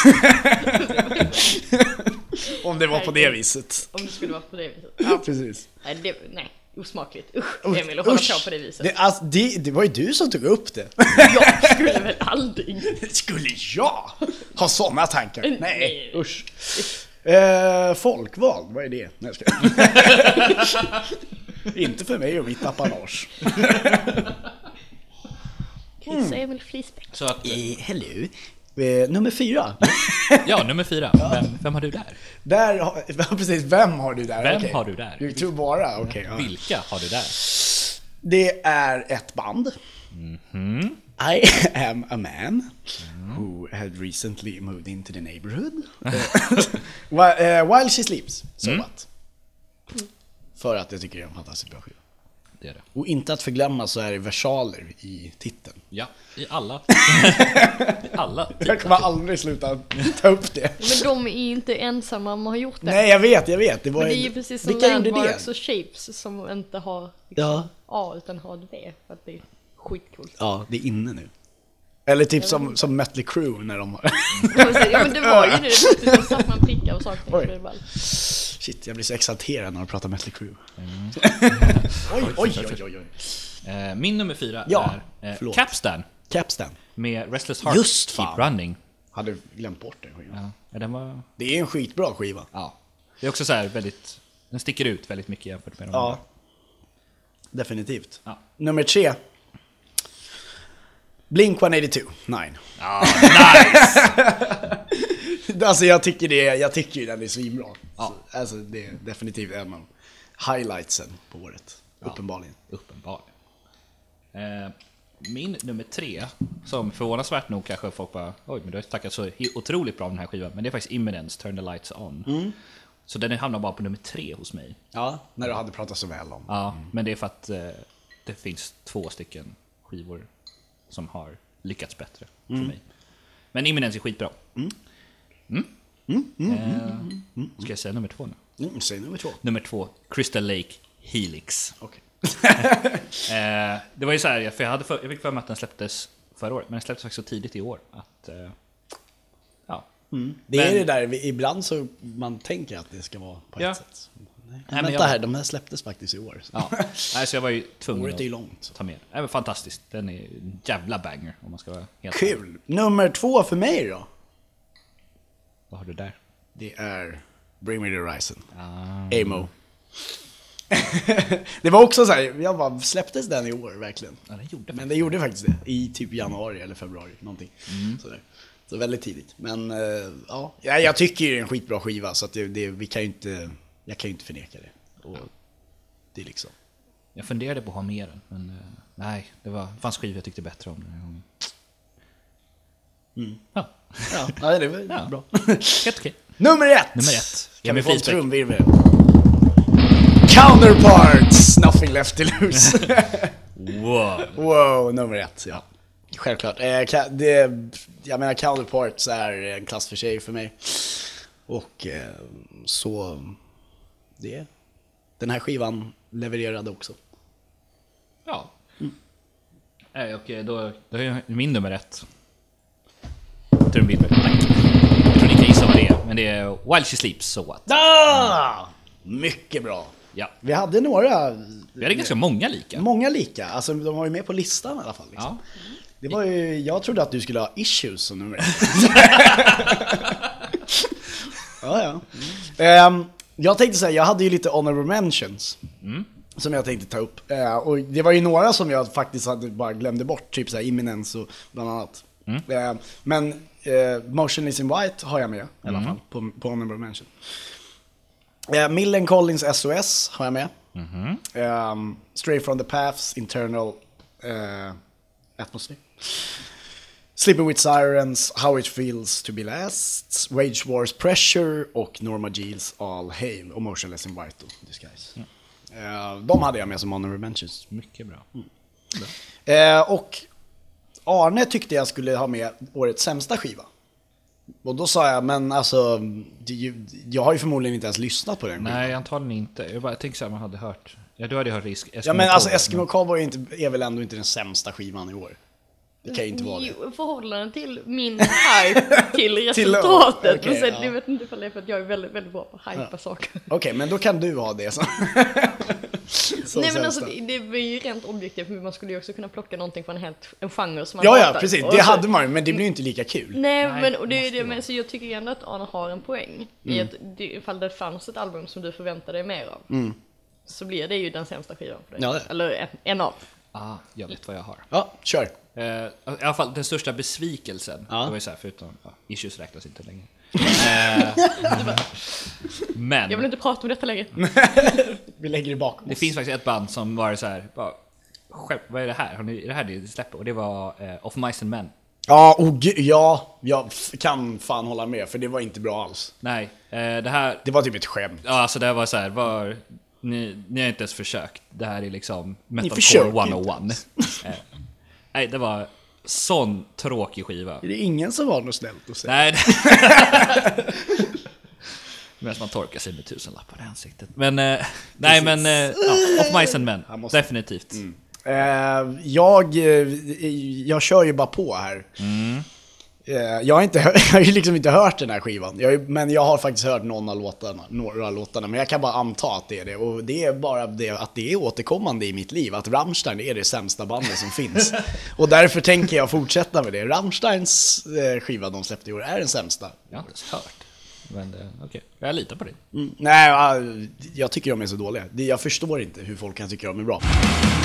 Om det var på det viset. Om det skulle vara på det viset. Ja. Precis. Nej, det, nej, osmakligt. Usch, Usch, Emil, att hålla usch. på på det viset. Det, alltså, det, det var ju du som tog upp det. Jag skulle väl aldrig. Skulle jag ha sådana tankar? Nej. Nej, usch. Eh, folkvald, vad är det? Nej, jag ska. Inte för mig och mitt apanage. Chris och Emil Flisbäck. Så att, Eh, hello. Eh, nummer fyra. ja, nummer fyra. Vem, vem har du där? Där har, ja, precis, vem har du där? Vem Okej. har du där? Du tror bara, okej. ja. Vilka har du där? Det är ett band. I am a man who had recently moved into the neighborhood. while, eh, while she sleeps. So what? För att jag tycker det är en fantastiskt bra skiva. Det är det. Och inte att förglömma så är det versaler i titeln. Ja, i alla. I alla. Jag kommer aldrig sluta ta upp det. Men de är inte ensamma om att ha gjort det. Nej, jag vet, jag vet. Det, var Men det är en- ju precis som Vilka gjorde Landmarks det? och Shapes som inte har liksom Ja. A utan har V. För att det är skitcoolt. Ja, det är inne nu. Eller typ som, som Mötley Crüe när de har... Ja men det var ju det, det var så att man prickar och saker. Oj. Det var- Shit, jag blir så exalterad när de pratar Mötley Crüe. Mm. oj, oj, oj, oj, oj. Eh, Min nummer fyra Ja, är eh, förlåt. Capstan Capstan. med Restless Heart Just Keep fan. Running. Hade glömt bort den skivan. Ja, ja, den var... Det är en skitbra skiva. Ja. Det är också så här väldigt... Den sticker ut väldigt mycket jämfört med de Ja. andra. Definitivt. Ja. Nummer tre. Blink one eighty-two, nine. Ja, nice! Alltså jag tycker det, jag tycker ju den är svinbra. Ja. Så, alltså det är definitivt en av highlightsen på året. Uppenbarligen. Uppenbarligen. Eh, min nummer tre, som förvånansvärt nog kanske folk bara, oj men du har tackat så he- otroligt bra om den här skivan, men det är faktiskt Imminence, Turn the Lights On. Så den hamnar bara på nummer tre hos mig. Ja, när du hade pratat så väl om. Ja, men det är för att eh, det finns två stycken skivor som har lyckats bättre för mig. Men Imminence är skitbra. Mm. Eh, ska jag säga nummer två nu? Mm, säg nummer två. Nummer två, Crystal Lake Helix. Okej. Eh, det var ju så här, för jag, hade för, jag fick för mig att den släpptes förra året, men den släpptes faktiskt så tidigt i år att eh, ja. Det är Men- det där, vi- ibland så man tänker att det ska vara på Ja. ett sätt. Nej, men vänta jag- här, de här släpptes faktiskt i år. Ja. Nej, så jag var ju tvungen Året är ju att långt. ta med den. Även fantastiskt, den är en jävla banger om man ska vara helt ärlig. Kul! Nummer två för mig då? Vad har du där? Det är Bring Me The Horizon. Ah. Amo. Det var också så här, jag bara, släpptes den i år verkligen? Ja, den gjorde Men det gjorde faktiskt det, i typ januari eller februari, någonting. Mm. Sådär. Så väldigt tidigt. Men eh, ja, ja, jag tycker det är en skitbra skiva, så att det, det, vi kan ju inte, jag kan ju inte förneka det. Och det är liksom... Jag funderade på att ha mer den, men eh, nej, det var, fanns skivor jag tyckte bättre om den här gången. Mm. Ja, Ja, ja det var Ja. bra. helt okej. Nummer ett! Nummer ett. Kan Emil vi få en Flisbäck. trumvirvel? Counterparts! Nothing left to lose. Wow. Wow, nummer ett, ja. Självklart. Eh, ka- det, jag menar, Counterparts är en klass för sig för mig. Och eh, så... Det. Den här skivan levererade också. Ja. Mm. Och då, då är min nummer ett. Trumvirvel. Tack. Jag tror ni kan gissa vad det är, men det är While She Sleeps, So What. Ah! Mycket bra. Ja. Vi hade några... Vi hade ganska många lika. Många lika. Alltså de var ju med på listan i alla fall. Liksom. Ja. Det var ju, jag trodde att du skulle ha Issues som nummer ett. ja, ja. Mm. Um, jag tänkte säga, jag hade ju lite honorable mentions. Mm. Som jag tänkte ta upp. Uh, och det var ju några som jag faktiskt hade bara glömde bort. Typ såhär Imminence och bland annat. Mm. Uh, men uh, Motionless in White har jag med i alla mm. fall på, på honorable mention. Uh, Millen Collins S O S har jag med. Mm-hmm. um, Stray from the Paths, Internal uh, Atmosphere. Sleeping with Sirens, How It Feels to Be Last, Wage Wars Pressure och Norma Jeans All Hail och Motionless in White och Disguise. Mm. Uh, de hade jag med som honorable mentions. Mycket bra. Mm. bra. Uh, och Arne tyckte jag skulle ha med årets sämsta skiva. Och då sa jag, men alltså jag har ju förmodligen inte ens lyssnat på den skivan. Nej, antagligen inte. Jag bara tänkte så här, man hade hört. Ja, du hade hört risk. Eskimo ja, men alltså Cowboy, Eskimo Cowboy är, inte, är väl ändå inte den sämsta skivan i år. Det kan ju inte vara det. Jo, förhållande till min hype till resultatet. okay, men sen, ja. jag vet inte ifall det är för att jag är väldigt, väldigt bra på att hypa ja. saker. Okej, okay, men då kan du ha det som, som Nej, men alltså, det, det är ju rent objektivt, men man skulle ju också kunna plocka någonting från en helt en genre som man Ja, hatar. ja, precis. Och det så, hade man ju, men det blir ju inte lika kul. Nej, Nej men och det är det, vara. men så jag tycker ändå att Arne har en poäng mm. i att det, ifall det fanns ett album som du förväntar dig mer av. Mm. Så blir det ju den sämsta skivan för dig. Ja, det. Eller en, en av. Ah, jag vet vad jag har. Ja, kör. Uh, I alla fall den största besvikelsen. Ja. Det var ju så här, förutom ja, Issues räknas inte längre. uh, men Jag vill inte prata om detta längre. Vi lägger det bakom det oss. finns faktiskt ett band som var så här, bara, vad är det här? Har ni, är det här det släpper? Och det var uh, Of Mice and Men. Ja, oh, ja, jag kan fan hålla med, för det var inte bra alls. Nej, uh, det här. Det var typ ett skämt. Ja, alltså det var så här, var ni, ni har inte ens försökt. Det här är liksom Metalcore etthundraett. uh, nej, det var sån tråkig skiva. Är det ingen som var något snällt att säga? Nej. Medan man torkar sig med tusen lappar i ansiktet. Men eh, nej, men eh, ja, Of Mice and Men. Måste... Definitivt. Mm. Eh, jag jag kör ju bara på här. Mm. Eh, jag har inte jag har ju liksom inte hört den här skivan. Jag, men jag har faktiskt hört någon av låtarna, några av låtarna, men jag kan bara anta att det är det, och det är bara det att det är återkommande i mitt liv att Rammstein är det sämsta bandet som finns. Och därför tänker jag fortsätta med det. Rammsteins eh, skiva de släppte i år är den sämsta. Jag har inte ens hört. Men okej, okay. Jag litar på det. Mm. Nej, jag tycker de är så dåliga. Jag förstår inte hur folk kan tycka de är bra.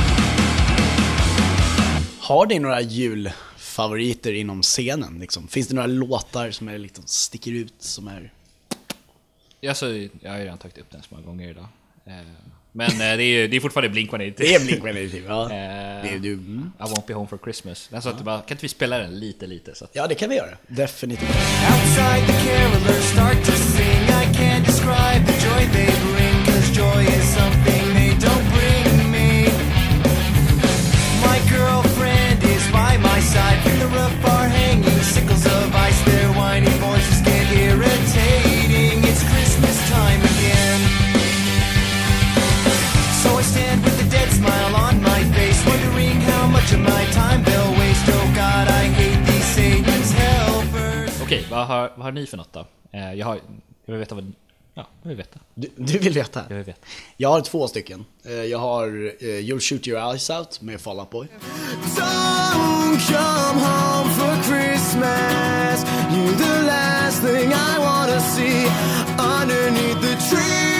Har ni några julfavoriter inom scenen? Liksom? Finns det några låtar som är liksom sticker ut som är... Alltså, jag har ju redan tagit upp den så många gånger idag. Men det är ju det är fortfarande Blink one eighty-two. Det är Blink one eighty-two, ja. det är du. Mm. I won't be home for Christmas. Den sa att bara, kan inte vi spela den lite lite så att... Ja, det kan vi göra. Definitivt. Outside the carolers start to sing. I can't describe the joy they bring, 'cause joy is something they don't bring me. My girlfriend is by my side. From the roof are hanging sickles of ice. Their whiny voices get irritating. It's Christmas time again. So I stand with a dead smile on my face, wondering how much of my time they'll waste. Oh God, I hate these Satan's helpers. Okej, vad har, vad har ni för något då? Eh, jag, har, jag vill veta vad... Ja, jag vill veta. Du, du vill veta? Jag vill veta. Jag har två stycken. Eh, jag har eh, You'll Shoot Your Eyes Out med Fall Out Boy. Don't come home for Christmas. You're the last thing I wanna see underneath the tree.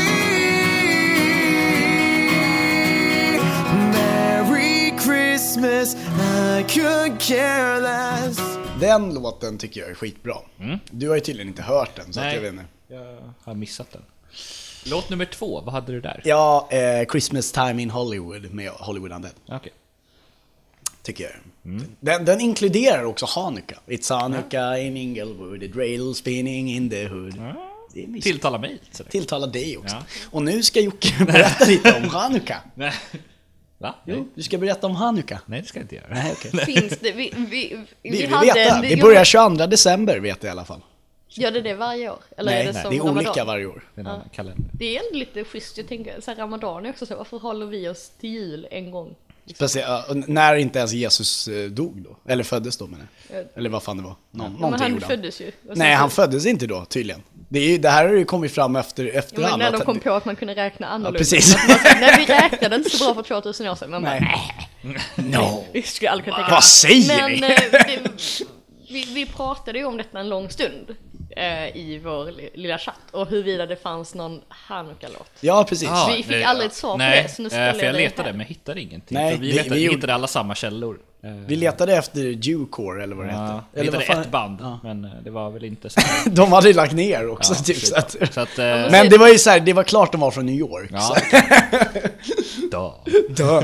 Merry Christmas, I could care less. Den låten tycker jag är skitbra. Mm. Du har ju tydligen inte hört den, så Nej, att jag vet inte. Jag har missat den. Låt nummer två, vad hade du där? Ja, eh, Christmas Time in Hollywood med Hollywood Undead. Okej. Okay. Tycker jag. Mm. Den, den inkluderar också Hanukkah. It's Hanukkah in Inglewood, a dreidel spinning in the hood. Ja. Det Tilltala mig. Tilltala dig också. Ja. Och nu ska Jocke berätta lite om Hanukkah. Nej. Va? Jo, du ska berätta om Hanukkah. Nej, det ska jag inte göra. Nej, okay. Finns det? Vi, vi, vi, vi, vi hade, vet det. vi, Det börjar tjugoandra december, vet jag i alla fall. Gör det det varje år? Eller nej, är det, nej, som det är Ramadan? olika varje år. Det är, ja. Det är ändå lite schysst, jag tänker, så här, Ramadan är också så, varför håller vi oss till jul en gång Speciellt när inte ens Jesus eh, dog då. Eller föddes då, menar jag. Eller vad fan det var. Nå- Ja, men någonting han gjorde han. föddes ju. Och sen Nej, så- han föddes inte då, tydligen. Det, är ju, det här har ju kommit fram efter, efter Ja, men när alla. de kom på att man kunde räkna annorlunda. precis. Att man sa, nej, vi räknade inte så bra för tvåtusen år sedan. Man bara, Nej. nej. No. Vi skulle aldrig kunna tänka Vad det. säger Men ni? eh, det, vi, vi pratade ju om detta en lång stund eh, i vår li- lilla chatt. Och huruvida det fanns någon Hanukkah-låt. Ja, precis. Ja, Vi fick eh, aldrig ett svar på nej, det, så nu eh, ställer för jag jag det letade här. men hittade ingenting. Nej, För vi, vi- letade, vi vi gjorde- hittade alla samma källor. Eh, Vi letade efter Jewcore eller vad det ja, hette. vi Eller hittade vad fan- ett band, Ja. men eh, det var väl inte så. De hade ju lagt ner också, Ja, typ. Så att, så att, eh, men det var ju så här, det var klart de var från New York. ja. Så. Då. Dö.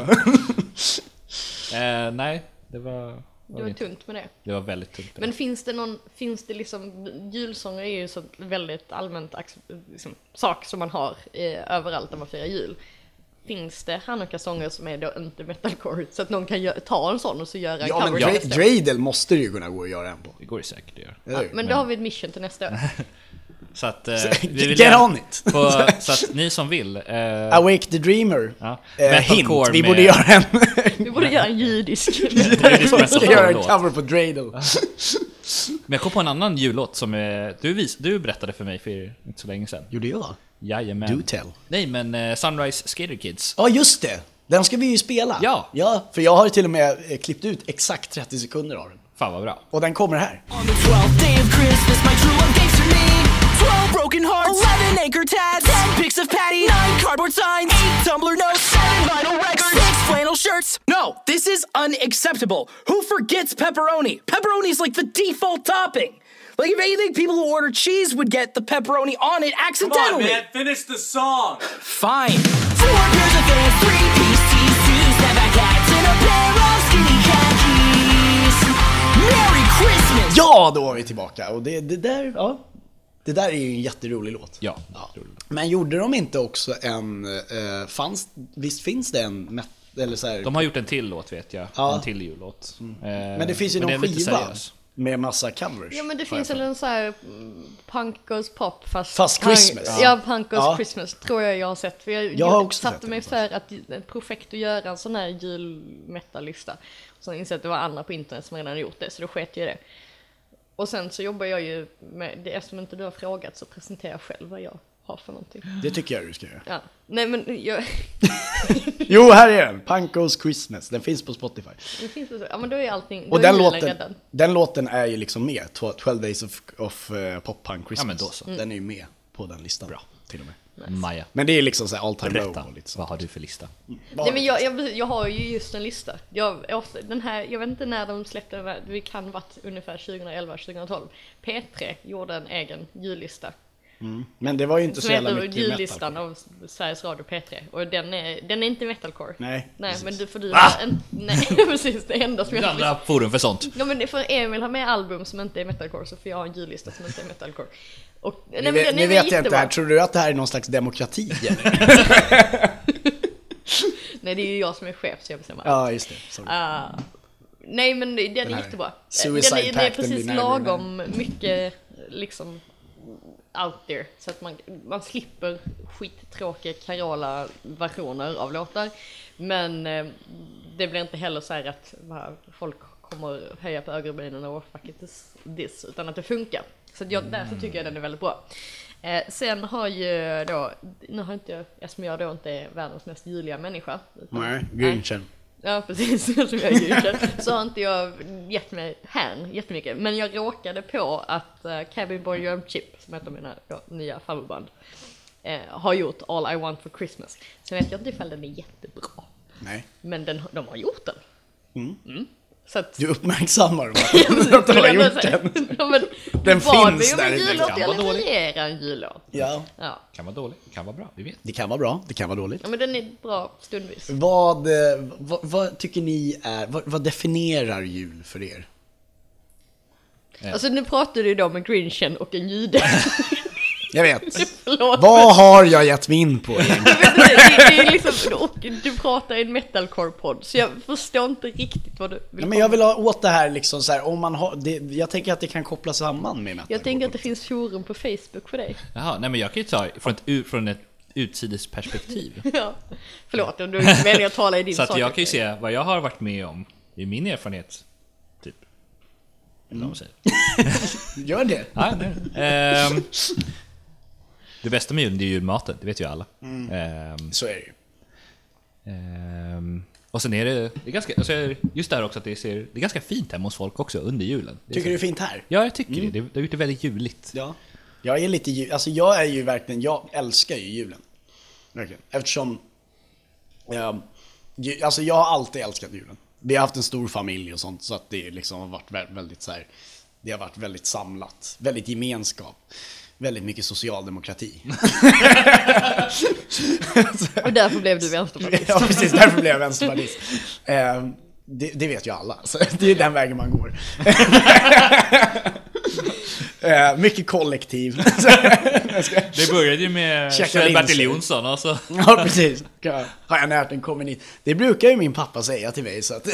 Eh, nej, det var, Det var tunt med det. det var väldigt tunt. Men finns det någon, finns det liksom, julsånger är ju så väldigt allmänt ac- liksom, sak som man har eh, överallt när man firar jul. Finns det Hanukkah-sånger som är då inte metalcore, så att någon kan gö- ta en sån och så göra en Ja, men cover Dra- till nästa år? Dreidel måste det ju kunna gå att göra en på. Det går ju säkert att göra. Eller hur? Men då har vi ett mission till nästa år. Så att, eh, Så, vi vill get gärna- on it. På, så att ni som vill. Eh, Awake the Dreamer. ja, Eh, hint, metalcore vi med- borde göra en... Vi borde göra en judisk. judisk vi ska göra en metalcore-låt. cover på Dreidel. Men jag kom på en annan jullåt som eh, du, vis, du berättade för mig för inte så länge sedan. Gjorde jag? Jajamän. Do tell. Nej, men eh, Sunrise Skater Kids. Ja, just det. Den ska vi ju spela. Ja. Ja, för jag har ju till och med eh, klippt ut exakt trettio sekunder av den. Fan vad bra. Och den kommer här. On the twelfth day of Christmas, my true love gave to me twelve broken hearts, eleven anchor tags, ten pics of Patty, nine cardboard signs, eight Tumblr notes, seven vinyl records, six flannel shirts. No, this is unacceptable. Who forgets pepperoni? Pepperoni is like the default topping. Like, if anything, people who order cheese would get the pepperoni on it accidentally. Come on, man, finish the song. Fine. Four pairs of fans, three piece tees, two snapback hats, and a pair of skinny khakis. Merry Christmas! Ja, då var vi tillbaka. Och det, det där, ja. Det där är ju en jätterolig låt. Ja. Men gjorde de inte också en... Eh, fanns, visst finns det en... met- Eller så här, De har gjort en till låt vet jag. Ja. En till jullåt. Eh, men det finns ju men någon det är lite skiva seriös. med massa covers. Ja, men det har finns jag väl en så här mm, Punk Goes Pop fast, Fast punk- Christmas. Ja, Punk Goes Ja. Christmas tror jag jag har sett. För jag Jag har också satte sett det, mig faktiskt. för att ett projekt att göra en sån här julmetallista. Så insåg att det var andra på internet som redan hade gjort det, så då sket jag i det. Och sen så jobbar jag ju med, det eftersom inte du har frågat så presenterar jag själv vad jag har för någonting. Det tycker jag du ska göra. Ja. Nej men jag, Jo, här är den. Punk Goes Christmas. Den finns på Spotify. det finns det så. Ja men då är allting, då Och är den julen låten, redan. den låten är ju liksom med. tw- twelve days of, of uh, Pop Punk Christmas. Ja, men då så. Den är ju med på den listan. Bra. Till och med. Maja, Men det är liksom så här all time low berätta. och lite så. Vad har du för lista? Nej men jag, jag, jag har ju just en lista. Jag, jag, den här, jag vet inte när de släppte den här, det kan varit ungefär tjugoelva tjugohundratolv. P tre gjorde en egen jullista. Men det var ju inte så Som jävla heter mycket jullistan metal. av Sveriges Radio P tre. Och den är, den är inte metalcore. Nej, Nej precis. men du får du Ah! en, nej precis, det enda som Det jag andra forum för sånt. Ja men det får Emil ha med album som inte är metalcore så får jag ha en jullista som inte är metalcore. Och, nej, Nu, men vet- den nu är vet jag inte, jättebra. här, tror du att det här är någon slags demokrati? Eller? Nej det är ju jag som är chef så jag bestämmer. Ja, just det. Sorry. Ah, nej men den är här jättebra. Suicide Den är, det är Pact, den precis blir närmare och lagom mycket liksom out there så att man, man slipper skittråkiga Carola versioner av låtar. Men eh, det blir inte heller så här att va, folk kommer höja på ögonbrynen och fuck it is this utan att det funkar. Så att jag, därför tycker jag den är väldigt bra. Eh, sen har ju då, nu har inte jag, eftersom jag då inte är världens mest juliga människa. Utan, Nej, Grinchen. Ja, precis. Som jag gjorde. Så har inte jag gett mig hän jättemycket. Men jag råkade på att uh, Cabin Boy Drum Chip, som heter mina ja, nya favoritband, eh, har gjort All I Want For Christmas. Sen vet jag inte ifall den är jättebra. Nej. Men den, de har gjort den. Mm. Så att, Du uppmärksammar dem att de har gjort den. Ja, men, Den du bad finns mig om där en i jullåt, kan jag vara dålig. levererar en jullåt. Ja, Ja. Kan vara dålig, kan vara bra, vi vet. det kan vara bra, det kan vara dåligt. ja, men den är bra stundvis. Vad, eh, vad, vad tycker ni är, vad, vad definierar jul för er? Alltså nu pratar du då med Grinchen och en jude. Jag vet. Förlåt. Vad har jag gett mig in på egentligen? det, det är liksom, och du pratar i en metalcore-podd, så jag förstår inte riktigt vad du vill Ja, men jag vill ha åt det här liksom så här, om man har, det, jag tänker att det kan kopplas samman med metal. Jag tänker att det finns forum på Facebook för dig. Jaha, nej men jag kan ju ta från ett, ur- från ett utsidesperspektiv. Ja. Förlåt, om du är inte meningen att tala i din Så att sak. jag kan ju se vad jag har varit med om i min erfarenhet. Typ. Mm. Gör det. Ja, ehm, det bästa med julen, det är julmaten, det vet ju alla. Mm. Ehm, Så är det ju. ehm, och sen är det, det är ganska, alltså just där också att det ser, det är ganska fint hemma hos folk också under julen. Det är Tycker så, du det är fint här? Ja, jag tycker mm. det. Det har gjort det väldigt juligt. Ja. Jag är lite jul, alltså jag är ju verkligen, jag älskar ju julen. Verkligen. Eftersom eh, ju, alltså jag har alltid älskat julen. Vi har haft en stor familj och sånt, så att det liksom har varit väldigt så här, det har varit väldigt samlat, väldigt gemenskap, väldigt mycket socialdemokrati. Och därför blev du vänsterpartist. Ja, precis, därför blev jag vänsterpartist. Eh, det, det vet ju alla, så det är den vägen man går. Uh, mycket kollektiv. Det började ju med Kjell Bertil Jonsson alltså. Ja, precis. Har jag närt en kommunist? Det brukar ju min pappa säga till mig, så att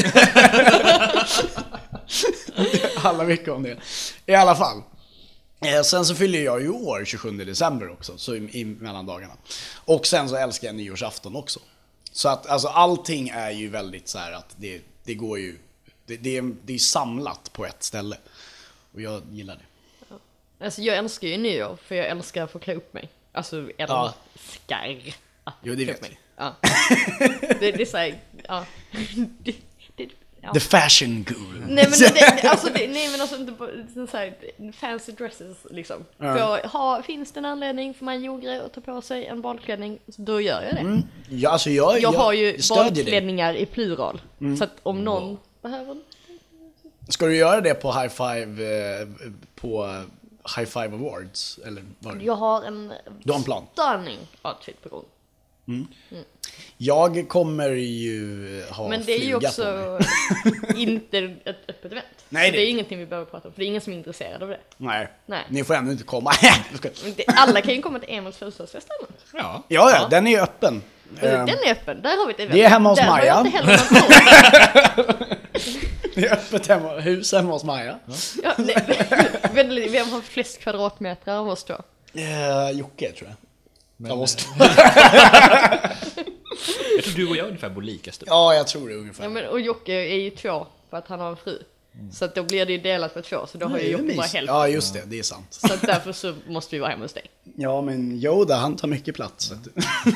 alla mycket om det. I alla fall. Eh, sen så fyller jag ju år tjugosjunde december också, så i, i mellandagarna. Och sen så älskar jag nyårsafton också. Så att alltså allting är ju väldigt så här att det, det går ju det, det, är, det är samlat på ett ställe. Och jag gillar det. Alltså jag älskar ju nyår, för jag älskar att få klä upp mig. Alltså älskar Ja. att Jo, det klä vet upp mig. vi. Ja. det, det är så här, ja. det, det, ja. The fashion guru. Nej men det, alltså det, nej men alltså inte på så här fancy dresses liksom. Ja. För ha, finns det en anledning för man jordgrej att ta på sig en balklänning, så då gör jag det. Mm. Ja, alltså jag, jag, jag har ju stödjer balklänningar i plural. Mm. Så att om någon wow. behöver. Ska du göra det på High Five eh, på High Five Awards eller vad? Jag har en, Du har en plan. stunning outfit på gång. Mm. Mm. Jag kommer ju ha Men det är ju också inte ett öppet event. Nej, det... det det är ingenting vi behöver prata om, för det är ingen som är intresserad av det. Nej, Nej. Ni får ändå inte komma. Alla kan ju komma till Emils födelsedagsfest. Ja. Ja, ja, ja, den är ju öppen. Den är öppen, där har vi ett event. Det är hemma hos där Maja. Har jag inte heller det är öppet hemma, hus hemma hos Maja. Ja, nej, vem har flest kvadratmeter av oss då? Eh, Jocke, tror jag. Men, av oss två. Jag tror du och jag ungefär bor lika stort. Ja, jag tror det ungefär. Ja, men, och Jocke är ju två för att han har en fru. Mm. Så att då blir det ju delat för två, så då har ju Jocke bara hälften. Ja, just det, det är sant. Så att därför så måste vi vara hemma hos dig. Ja, men Yoda, han tar mycket plats. Mm.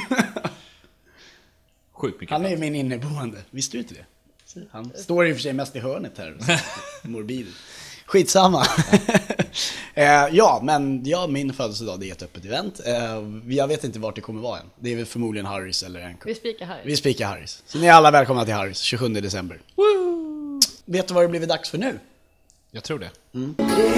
Sjukt mycket Han är plats. min inneboende, visste du inte det? Han står i och för sig mest i hörnet här. Morbid. Skitsamma. eh, ja, men ja, min födelsedag, det är ett öppet event. Eh, jag vet inte vart det kommer vara än. Det är väl förmodligen Harrys eller Anchor. Vi spikar Harrys. Vi spikar Harrys. Så ni är alla välkomna till Harrys, tjugosjunde december. Woo! Vet du vad det blivit dags för nu? Jag tror det. Mm.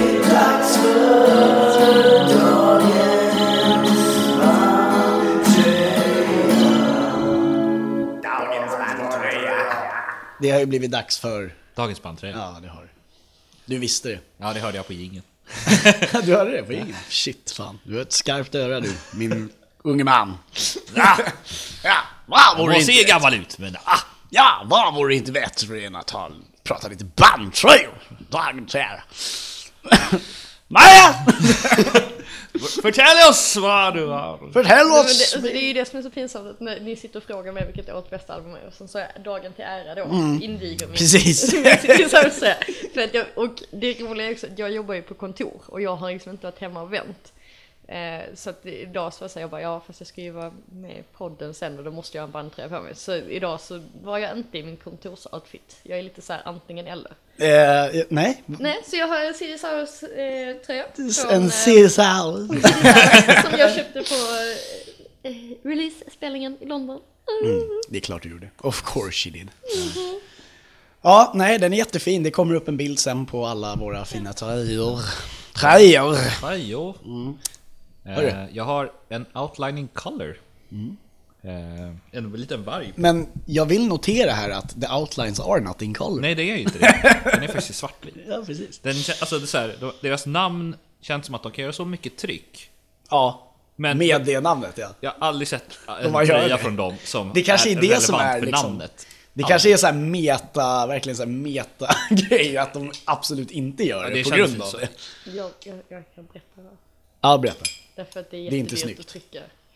Det har ju blivit dags för... Dagens bandtröja. Ja, det har du. Du visste det. Ja, det hörde jag på jingeln. Du hörde det på ingen? Shit, fan. Du har ett skarpt öra, du. Min unge man. Ja, ja. Vad vore Man inte ser vet. gammal ut, men ah. Ja, vad vore inte bättre än att ta, prata lite bandtröjor. Dagen till ära. Maja! Förtälj oss vad du har. Förtälj Men oss! det, det är ju det som är så pinsamt, att när ni sitter och frågar mig vilket årets bästa album är, och sen så är dagen till ära då, mm. inviger mig. Precis. För att jag, och det roliga är också att jag jobbar ju på kontor, och jag har liksom inte varit hemma och vänt. Eh, så att idag så var jag bara, ja fast jag ska ju vara med i podden sen, och då måste jag ha en bandtröja på mig. Så idag så var jag inte i min kontorsoutfit. Jag är lite så här antingen eller. Eh, nej. Nej, så jag har en C S R:s eh, tröja. En C S R. Som jag köpte på eh, release-spelningen i London. Mm, det är klart du gjorde. Of course you did. Mm. Ja, nej, den är jättefin. Det kommer upp en bild sen på alla våra fina tröjor. Tröjor! Tröjor. Mm. Eh, jag har en outlining color. Mm. Eh, en liten varg. Men jag vill notera här att the outlines are not in color. Nej, det är ju inte det. Den är faktiskt svartvit. Ja, precis. Den, alltså, det är så här, deras namn känns som att de kan göra så mycket tryck. Ja, men med det namnet, ja. Jag har aldrig sett en De tröja från dem som det kanske är, är det som är för liksom, namnet. Det ja. kanske är så här meta, verkligen så här meta grej att de absolut inte gör ja, det, det på grund av så. det. Jag, jag, jag kan berätta det. Ja, berätta. Därför att det är, det är inte jättedyrt snyggt att trycka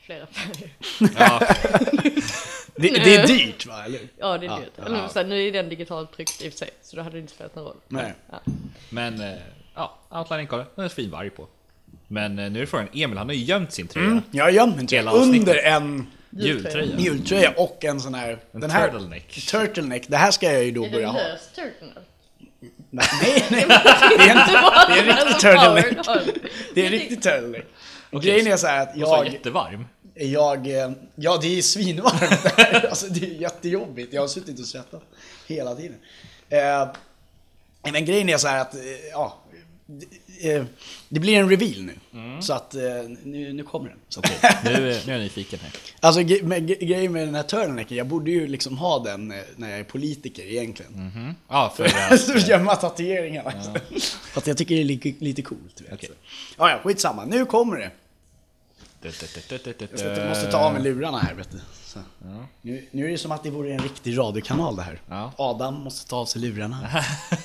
flera färger. Ja, Det, det är dyrt va, eller? Ja, det är Ja, dyrt. ja. Eller, så här, nu är den digitalt tryckt i och för sig, så då hade det inte spelat någon roll. Nej. Ja. men eh, ja, outlining color, det är en fin varg på. Men eh, nu är det frågan, Emil han har ju gömt sin tröja. Mm, jag har gömt en tröja Hela avsnittet. under en Jultröja. jultröja och en sån här... En den här turtleneck. Turtleneck, det här ska jag ju då Är det börja en ha. lös turtleneck? Nej, nej, nej. Det är, en, det är en riktig turtleneck. Det är en riktig turtleneck. Och grejen är så här att Och så jag... jättevarm. Jag, eh, ja, det är svinvarmt där. Alltså, det är jättejobbigt. Jag har suttit och svettat hela tiden. Eh, men grejen är så här att, eh, ja, det, eh, det blir en reveal nu. Mm. Så att, eh, nu, nu kommer den. Så. Nu, är- nu är jag nyfiken här. Alltså, ge- men ge- grejen med den här turtlenecken, jag borde ju liksom ha den eh, när jag är politiker egentligen. Mhm. Ja, för att, Så gömma tatueringarna. För att jag tycker det är lite, lite coolt. Vet. Okej. Ja, ja, skitsamma. Nu kommer det. Du, du, du, du, du, Jag ska, jag måste ta av mig lurarna här, vet du. Så. Nu, nu är det som att det vore en riktig radiokanal det här. Ja. Adam måste ta av sig lurarna.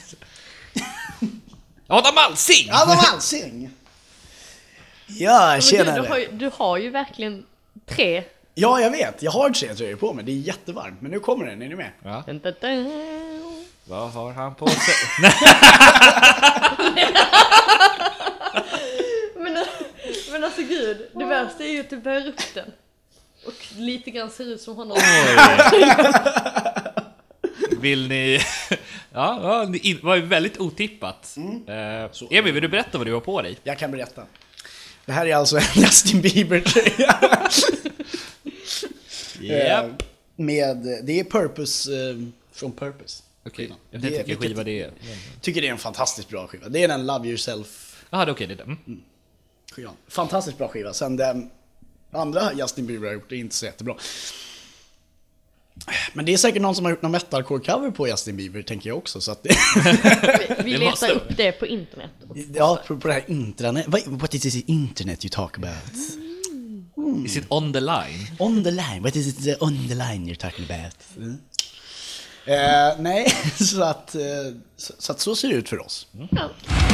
Adam Alsing! Adam Alsing! Ja, Men du, tjena. du, har ju, du har ju verkligen tre. Ja, jag vet. Jag har tre tröjor på mig. Det är jättevarmt. Men nu kommer den. Är ni med? Ja. Dun, dun, dun. Vad har han på sig? Men, men alltså gud, det värsta är ju att du bär upp den. Och lite grann ser ut som honom. Vill ni... Ja, ja det in- var ju väldigt otippat. Eh, Emil, vill du berätta vad du har på dig? Jag kan berätta. Det här är alltså en Justin Bieber-tröja. Japp. Eh, Med, det är Purpose, eh, från Purpose. Okej, jag Det- vet inte vilken vilket- skiva det är. Tycker det är en fantastiskt bra skiva. Det är den Love Yourself Jaha, det är okej, det är det. Mm. skivan. Fantastiskt bra skiva. Sen den andra Justin Bieber har gjort det är inte så jättebra. Men det är säkert någon som har gjort någon metalcore-cover på Justin Bieber, tänker jag också. Så att det, Vi, vi Det måste- letar upp det på internet. ja, på, på det här intranet. What, what is this internet you talk about? Is it on the line? On the line. What is it on the line you're talking about? Mm. Eh, nej, så att, eh, så, så att så ser det ut för oss. Ja.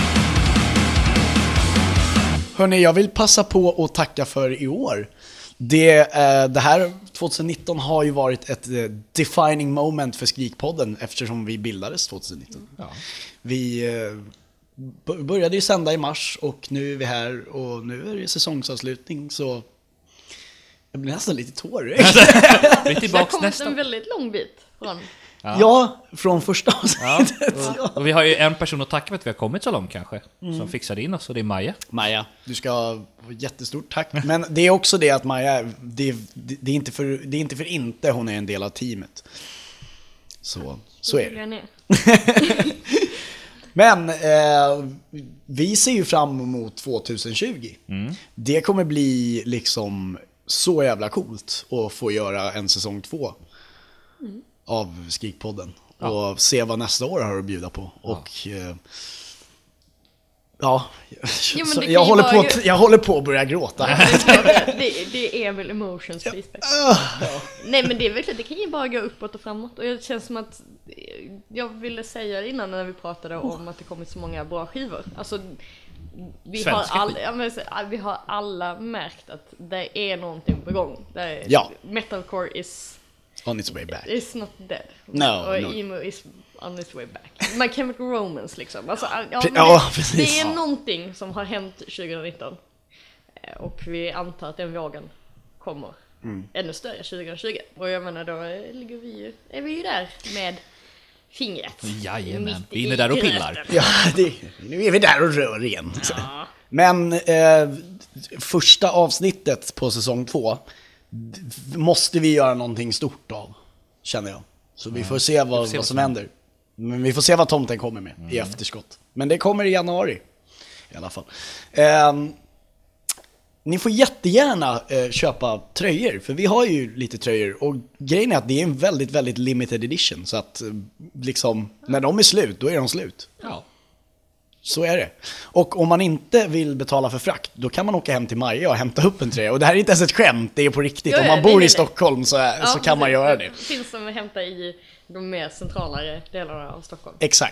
Hörrni, jag vill passa på att tacka för i år. Det, eh, det här tjugonitton har ju varit ett eh, defining moment för Skrikpodden eftersom vi bildades tjugonitton. Ja. Vi eh, b- började ju sända i mars och nu är vi här och nu är det säsongsavslutning så jag blir nästan lite tårig. Vi är Det har tillbaks kommit nästa. en väldigt lång bit från. Ja. Ja, från första Ja. avsnittet. Ja. Och vi har ju en person att tacka för att vi har kommit så långt kanske. Som fixade in oss, och det är Maja. Maja, du ska ha jättestort tack. Men det är också det att Maja, det, det, det, är inte för, det är inte för inte hon är en del av teamet. Så, så är det. Jag ner. Men eh, vi ser ju fram emot tjugohundratjugo. Mm. Det kommer bli liksom så jävla coolt att få göra en säsong två av Skrikpodden. Och se vad nästa år har att bjuda på. Och eh, ja, men så det kan jag, ju håller vara på, ju- att- jag håller på att börja gråta. Det, det är Emil Emotions feedback. Nej men det är verkligen, det kan ju bara gå uppåt och framåt. Och det känns som att jag ville säga innan när vi pratade om att det kommit så många bra skivor. Alltså vi har, Svenska all, skivor. ja, men, så- vi har alla märkt att det är någonting på gång. Det är, Ja. Metalcore is, On its way back. is not dead. No, och no. emo is on its way back. My Chemical Romance liksom. Alltså, ja, Pre- men ja, det, precis. det är Ja. någonting som har hänt tjugonitton. Eh, Och vi antar att den vågen kommer Mm. ännu större tjugohundratjugo. Och jag menar då eh, ligger vi ju, är vi ju där med fingret. Jajamän, mitt vi är inne i där och gröten. pillar. Ja, det, nu är vi där och rör igen. Ja. Men eh, första avsnittet på säsong två d- måste vi göra någonting stort av, känner jag. Så vi får se vad, se vad vad som som händer. Men vi får se vad tomten kommer med i efterskott. Men det kommer i januari i alla fall. Ehm, ni får jättegärna eh, köpa tröjor, för vi har ju lite tröjor. Och grejen är att det är en väldigt, väldigt limited edition. Så att eh, liksom, när de är slut, då är de slut. Ja. Så är det. Och om man inte vill betala för frakt, då kan man åka hem till Maja och hämta upp en tröja. Och det här är inte ens ett skämt, det är på riktigt. Ja, om ja, man nej, bor nej, i nej. Stockholm så, är, så kan man göra det. Det finns som att hämta i de mer centralare delarna av Stockholm. Exakt.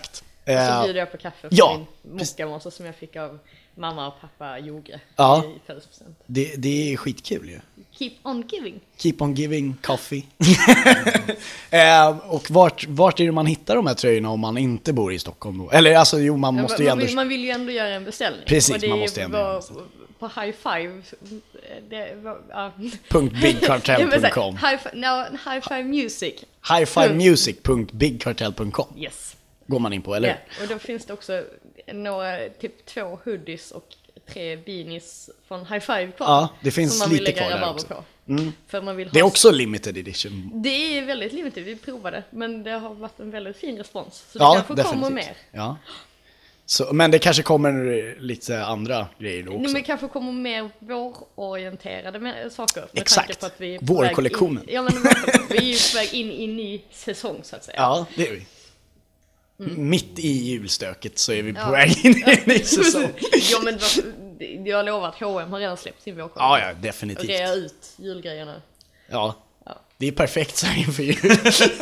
Eh, Så bjuder jag på kaffe för ja, min mockamåsa som jag fick av mamma och pappa Joge Ja. i födelsedagspresent. det, det är skitkul ju. Keep on giving. Keep on giving coffee. eh, och vart, vart är det man hittar de här tröjorna om man inte bor i Stockholm då? Eller alltså jo, man Ja, måste man, ju man, ändå... vill, man vill ju ändå göra en beställning. Precis, och det man måste ändå göra en var på High Five. Det var, ja. .bigcartel punkt com high, no, high Five Music. high five music punkt big cartel punkt com Yes. går man in på, eller? Ja, och då finns det också några, typ två hoodies och tre beanies från High Five kvar. Ja, det finns som man vill lite lägga kvar där rabarber också. på. Mm. För man vill ha Det är också limited edition. Det är väldigt limited, vi provade, men det har varit en väldigt fin respons. Så Ja, det kanske definitivt. kommer mer. Ja. Så, men det kanske kommer lite andra grejer då Nej, också. men kanske kommer mer vårorienterade med saker. Med Exakt. tanke på att vi är på Vårkollektionen. väg in, ja, men vår, vi är ju på väg in i en ny säsong så att säga. Ja, det är vi. Mitt i julstöket så är vi på Ja. väg in i en ny säsong. Ja, men vad- jag lovar att H och M har redan släppt sin vårkollektion. Ja, ja, Och definitivt. rea ut julgrejerna. Ja. Ja. Det är perfekt så här inför jul.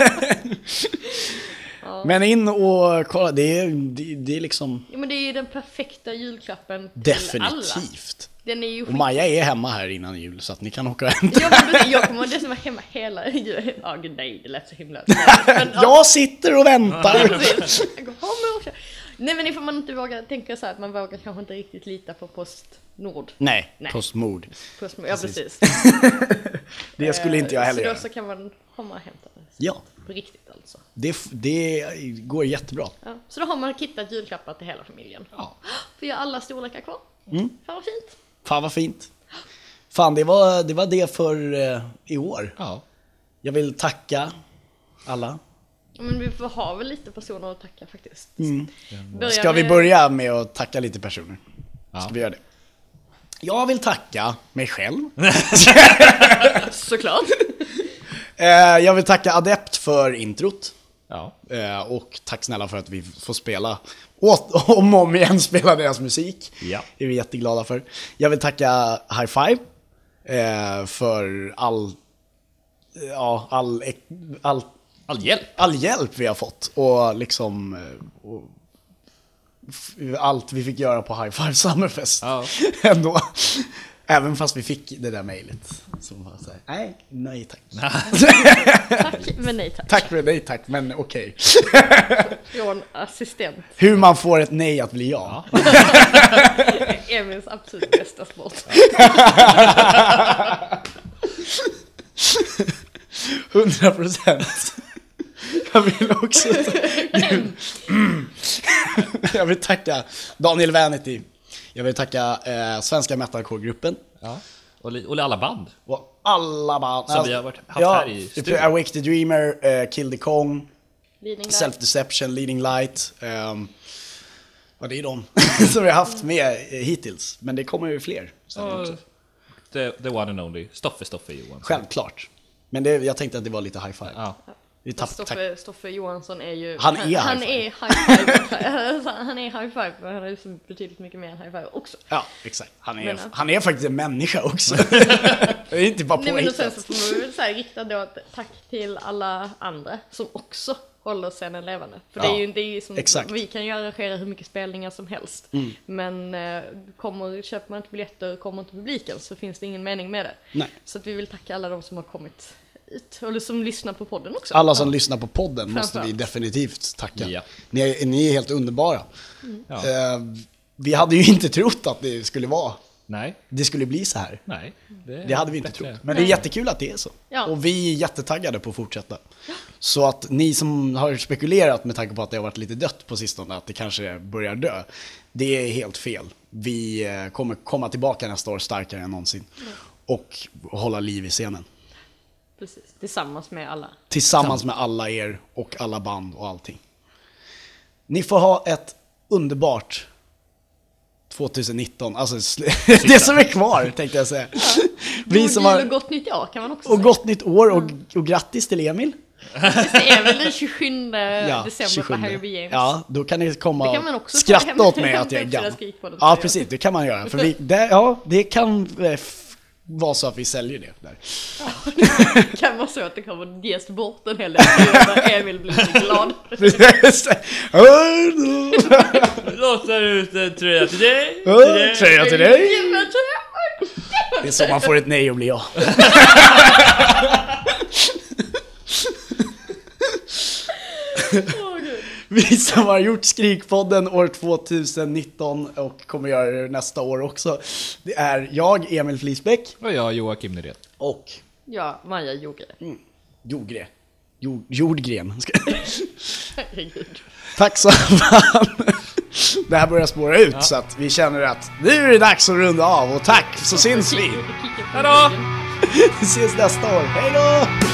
Men in och kolla, det är, det, det är liksom Ja, men det är ju den perfekta julklappen till alla. definitivt. Den är ju Och skit... Maja är hemma här innan jul så att ni kan åka och hämta. Ja, men precis, jag kommer dessutom vara hemma hela julen. Ja, gud nej, det lät så himla... Men, ja, Jag sitter och väntar. precis. Jag går, "Ja, men okej." Nej, men ifall man inte vågar tänka så här att man vågar kanske inte riktigt lita på Postnord. Nej, Nej. Postmord. Postnord, ja precis. Det skulle inte jag heller Så då göra. så kan man komma och hämta det. Ja, På riktigt alltså. det, det går jättebra. Ja. Så då har man kittat julklappar till hela familjen. Ja. Vi har alla storlekar kvar. Mm. Fan vad fint. Fan vad fint. Fan, det var det, var det för eh, i år. Ja. Jag vill tacka alla. Men vi får ha väl lite personer att tacka faktiskt. Mm. Börja Ska vi med- börja med att tacka lite personer? Ska Ja. vi göra det? Jag vill tacka mig själv. Såklart. Eh, jag vill tacka Adept för introt. Ja. Eh, och tack snälla för att vi får spela åt, om och om igen spela deras musik. Ja. Det är vi jätteglada för. Jag vill tacka High Five eh, för all, ja, all, all, All hjälp. all hjälp vi har fått. Och liksom eh, och f- allt vi fick göra på High Five Summerfest. Ja. Ändå. Även fast vi fick det där mejlet. Som var så här, nej, nej tack. Tack, men nej tack. Tack för nej tack, men okej. Från assistent. Hur man får ett nej att bli ja. Emils absolut bästa sport. Hundra procent. Jag vill också Gud. Jag vill tacka Daniel Vanity. Jag vill tacka eh, Svenska Metalcore-gruppen. Ja. Och, li- och alla band. Och alla band. Som vi har varit- haft ja, här i typ studion. Awake the Dreamer, eh, Kill the Kong, Leading light. Self-Deception, Leading Light. Um, ja, det är de som vi har haft med eh, hittills. Men det kommer ju fler. Sen Och också. the, the one and only. Stoffe Stoffe Johansson. Självklart. Men det, jag tänkte att det var lite high five. Ja. Vi tapp, tack. Stoffe, Stoffe Johansson är ju... Han är high han five. är high five. Han är high five, men han är så betydligt mycket mer än high five också. Ja, exakt. Han är, Men, han är faktiskt en människa också. Det är inte bara Nej, men och sen påhittat. så får man väl så här rikta då ett tack till alla andra som också håller scenen levande. För det Ja, är ju det är ju som, exakt. vi kan ju arrangera hur mycket spelningar som helst. Mm. Men eh, kommer, köper man inte biljetter och kommer inte publiken så finns det ingen mening med det. Nej. Så att vi vill tacka alla de som har kommit ut, eller som lyssnar på podden också. Alla som lyssnar på podden måste vi Framförallt. definitivt tacka. Ja. Ni, är, ni är helt underbara. Ja. Eh, vi hade ju inte trott att det skulle vara, Nej. det skulle bli så här. Nej. Det hade vi inte bättre. trott. Men det är jättekul att det är så. Ja. Och vi är jättetaggade på att fortsätta. Så att ni som har spekulerat med tanke på att det har varit lite dött på sistone, att det kanske börjar dö, det är helt fel. Vi eh, kommer komma tillbaka nästa år starkare än någonsin. Och hålla liv i scenen. Precis, tillsammans med alla. Tillsammans med alla er och alla band och allting. Ni får ha ett underbart tjugonitton. Alltså sl- det som är kvar, tänkte jag säga. Vi God som jul har, och gott nytt år kan man också och säga. gott nytt år och, och grattis till Emil. Det är väl den tjugosjunde Ja, december tjugosjunde. på Harry B. James. Ja, då kan ni komma Det kan man och också ta skratta hem- åt mig att jag är hem till gammal. Skrikpodden, Ja, tror jag. precis, det kan man göra. För vi, det, ja, det kan eh, f- vara så att vi säljer det där. Det kan vara så att det kommer ges bort en hel del där Emil blir så glad. Låter ut en tröja till dig. Tröja till dig. Det är så man får ett nej och blir ja. Vi som har gjort Skrikpodden år tjugonitton och kommer göra det nästa år också. Det är jag, Emil Flisbäck. Och jag, Joakim Nyrén. Och Ja, Maja Jogre. mm, Jordgren. Jord, jordgren. Herregud. Tack så fan. Det här börjar spåra ut, ja. Så att vi känner att nu är det dags att runda av. Och tack, så syns vi. Hej då! Vi ses nästa år. Hej då!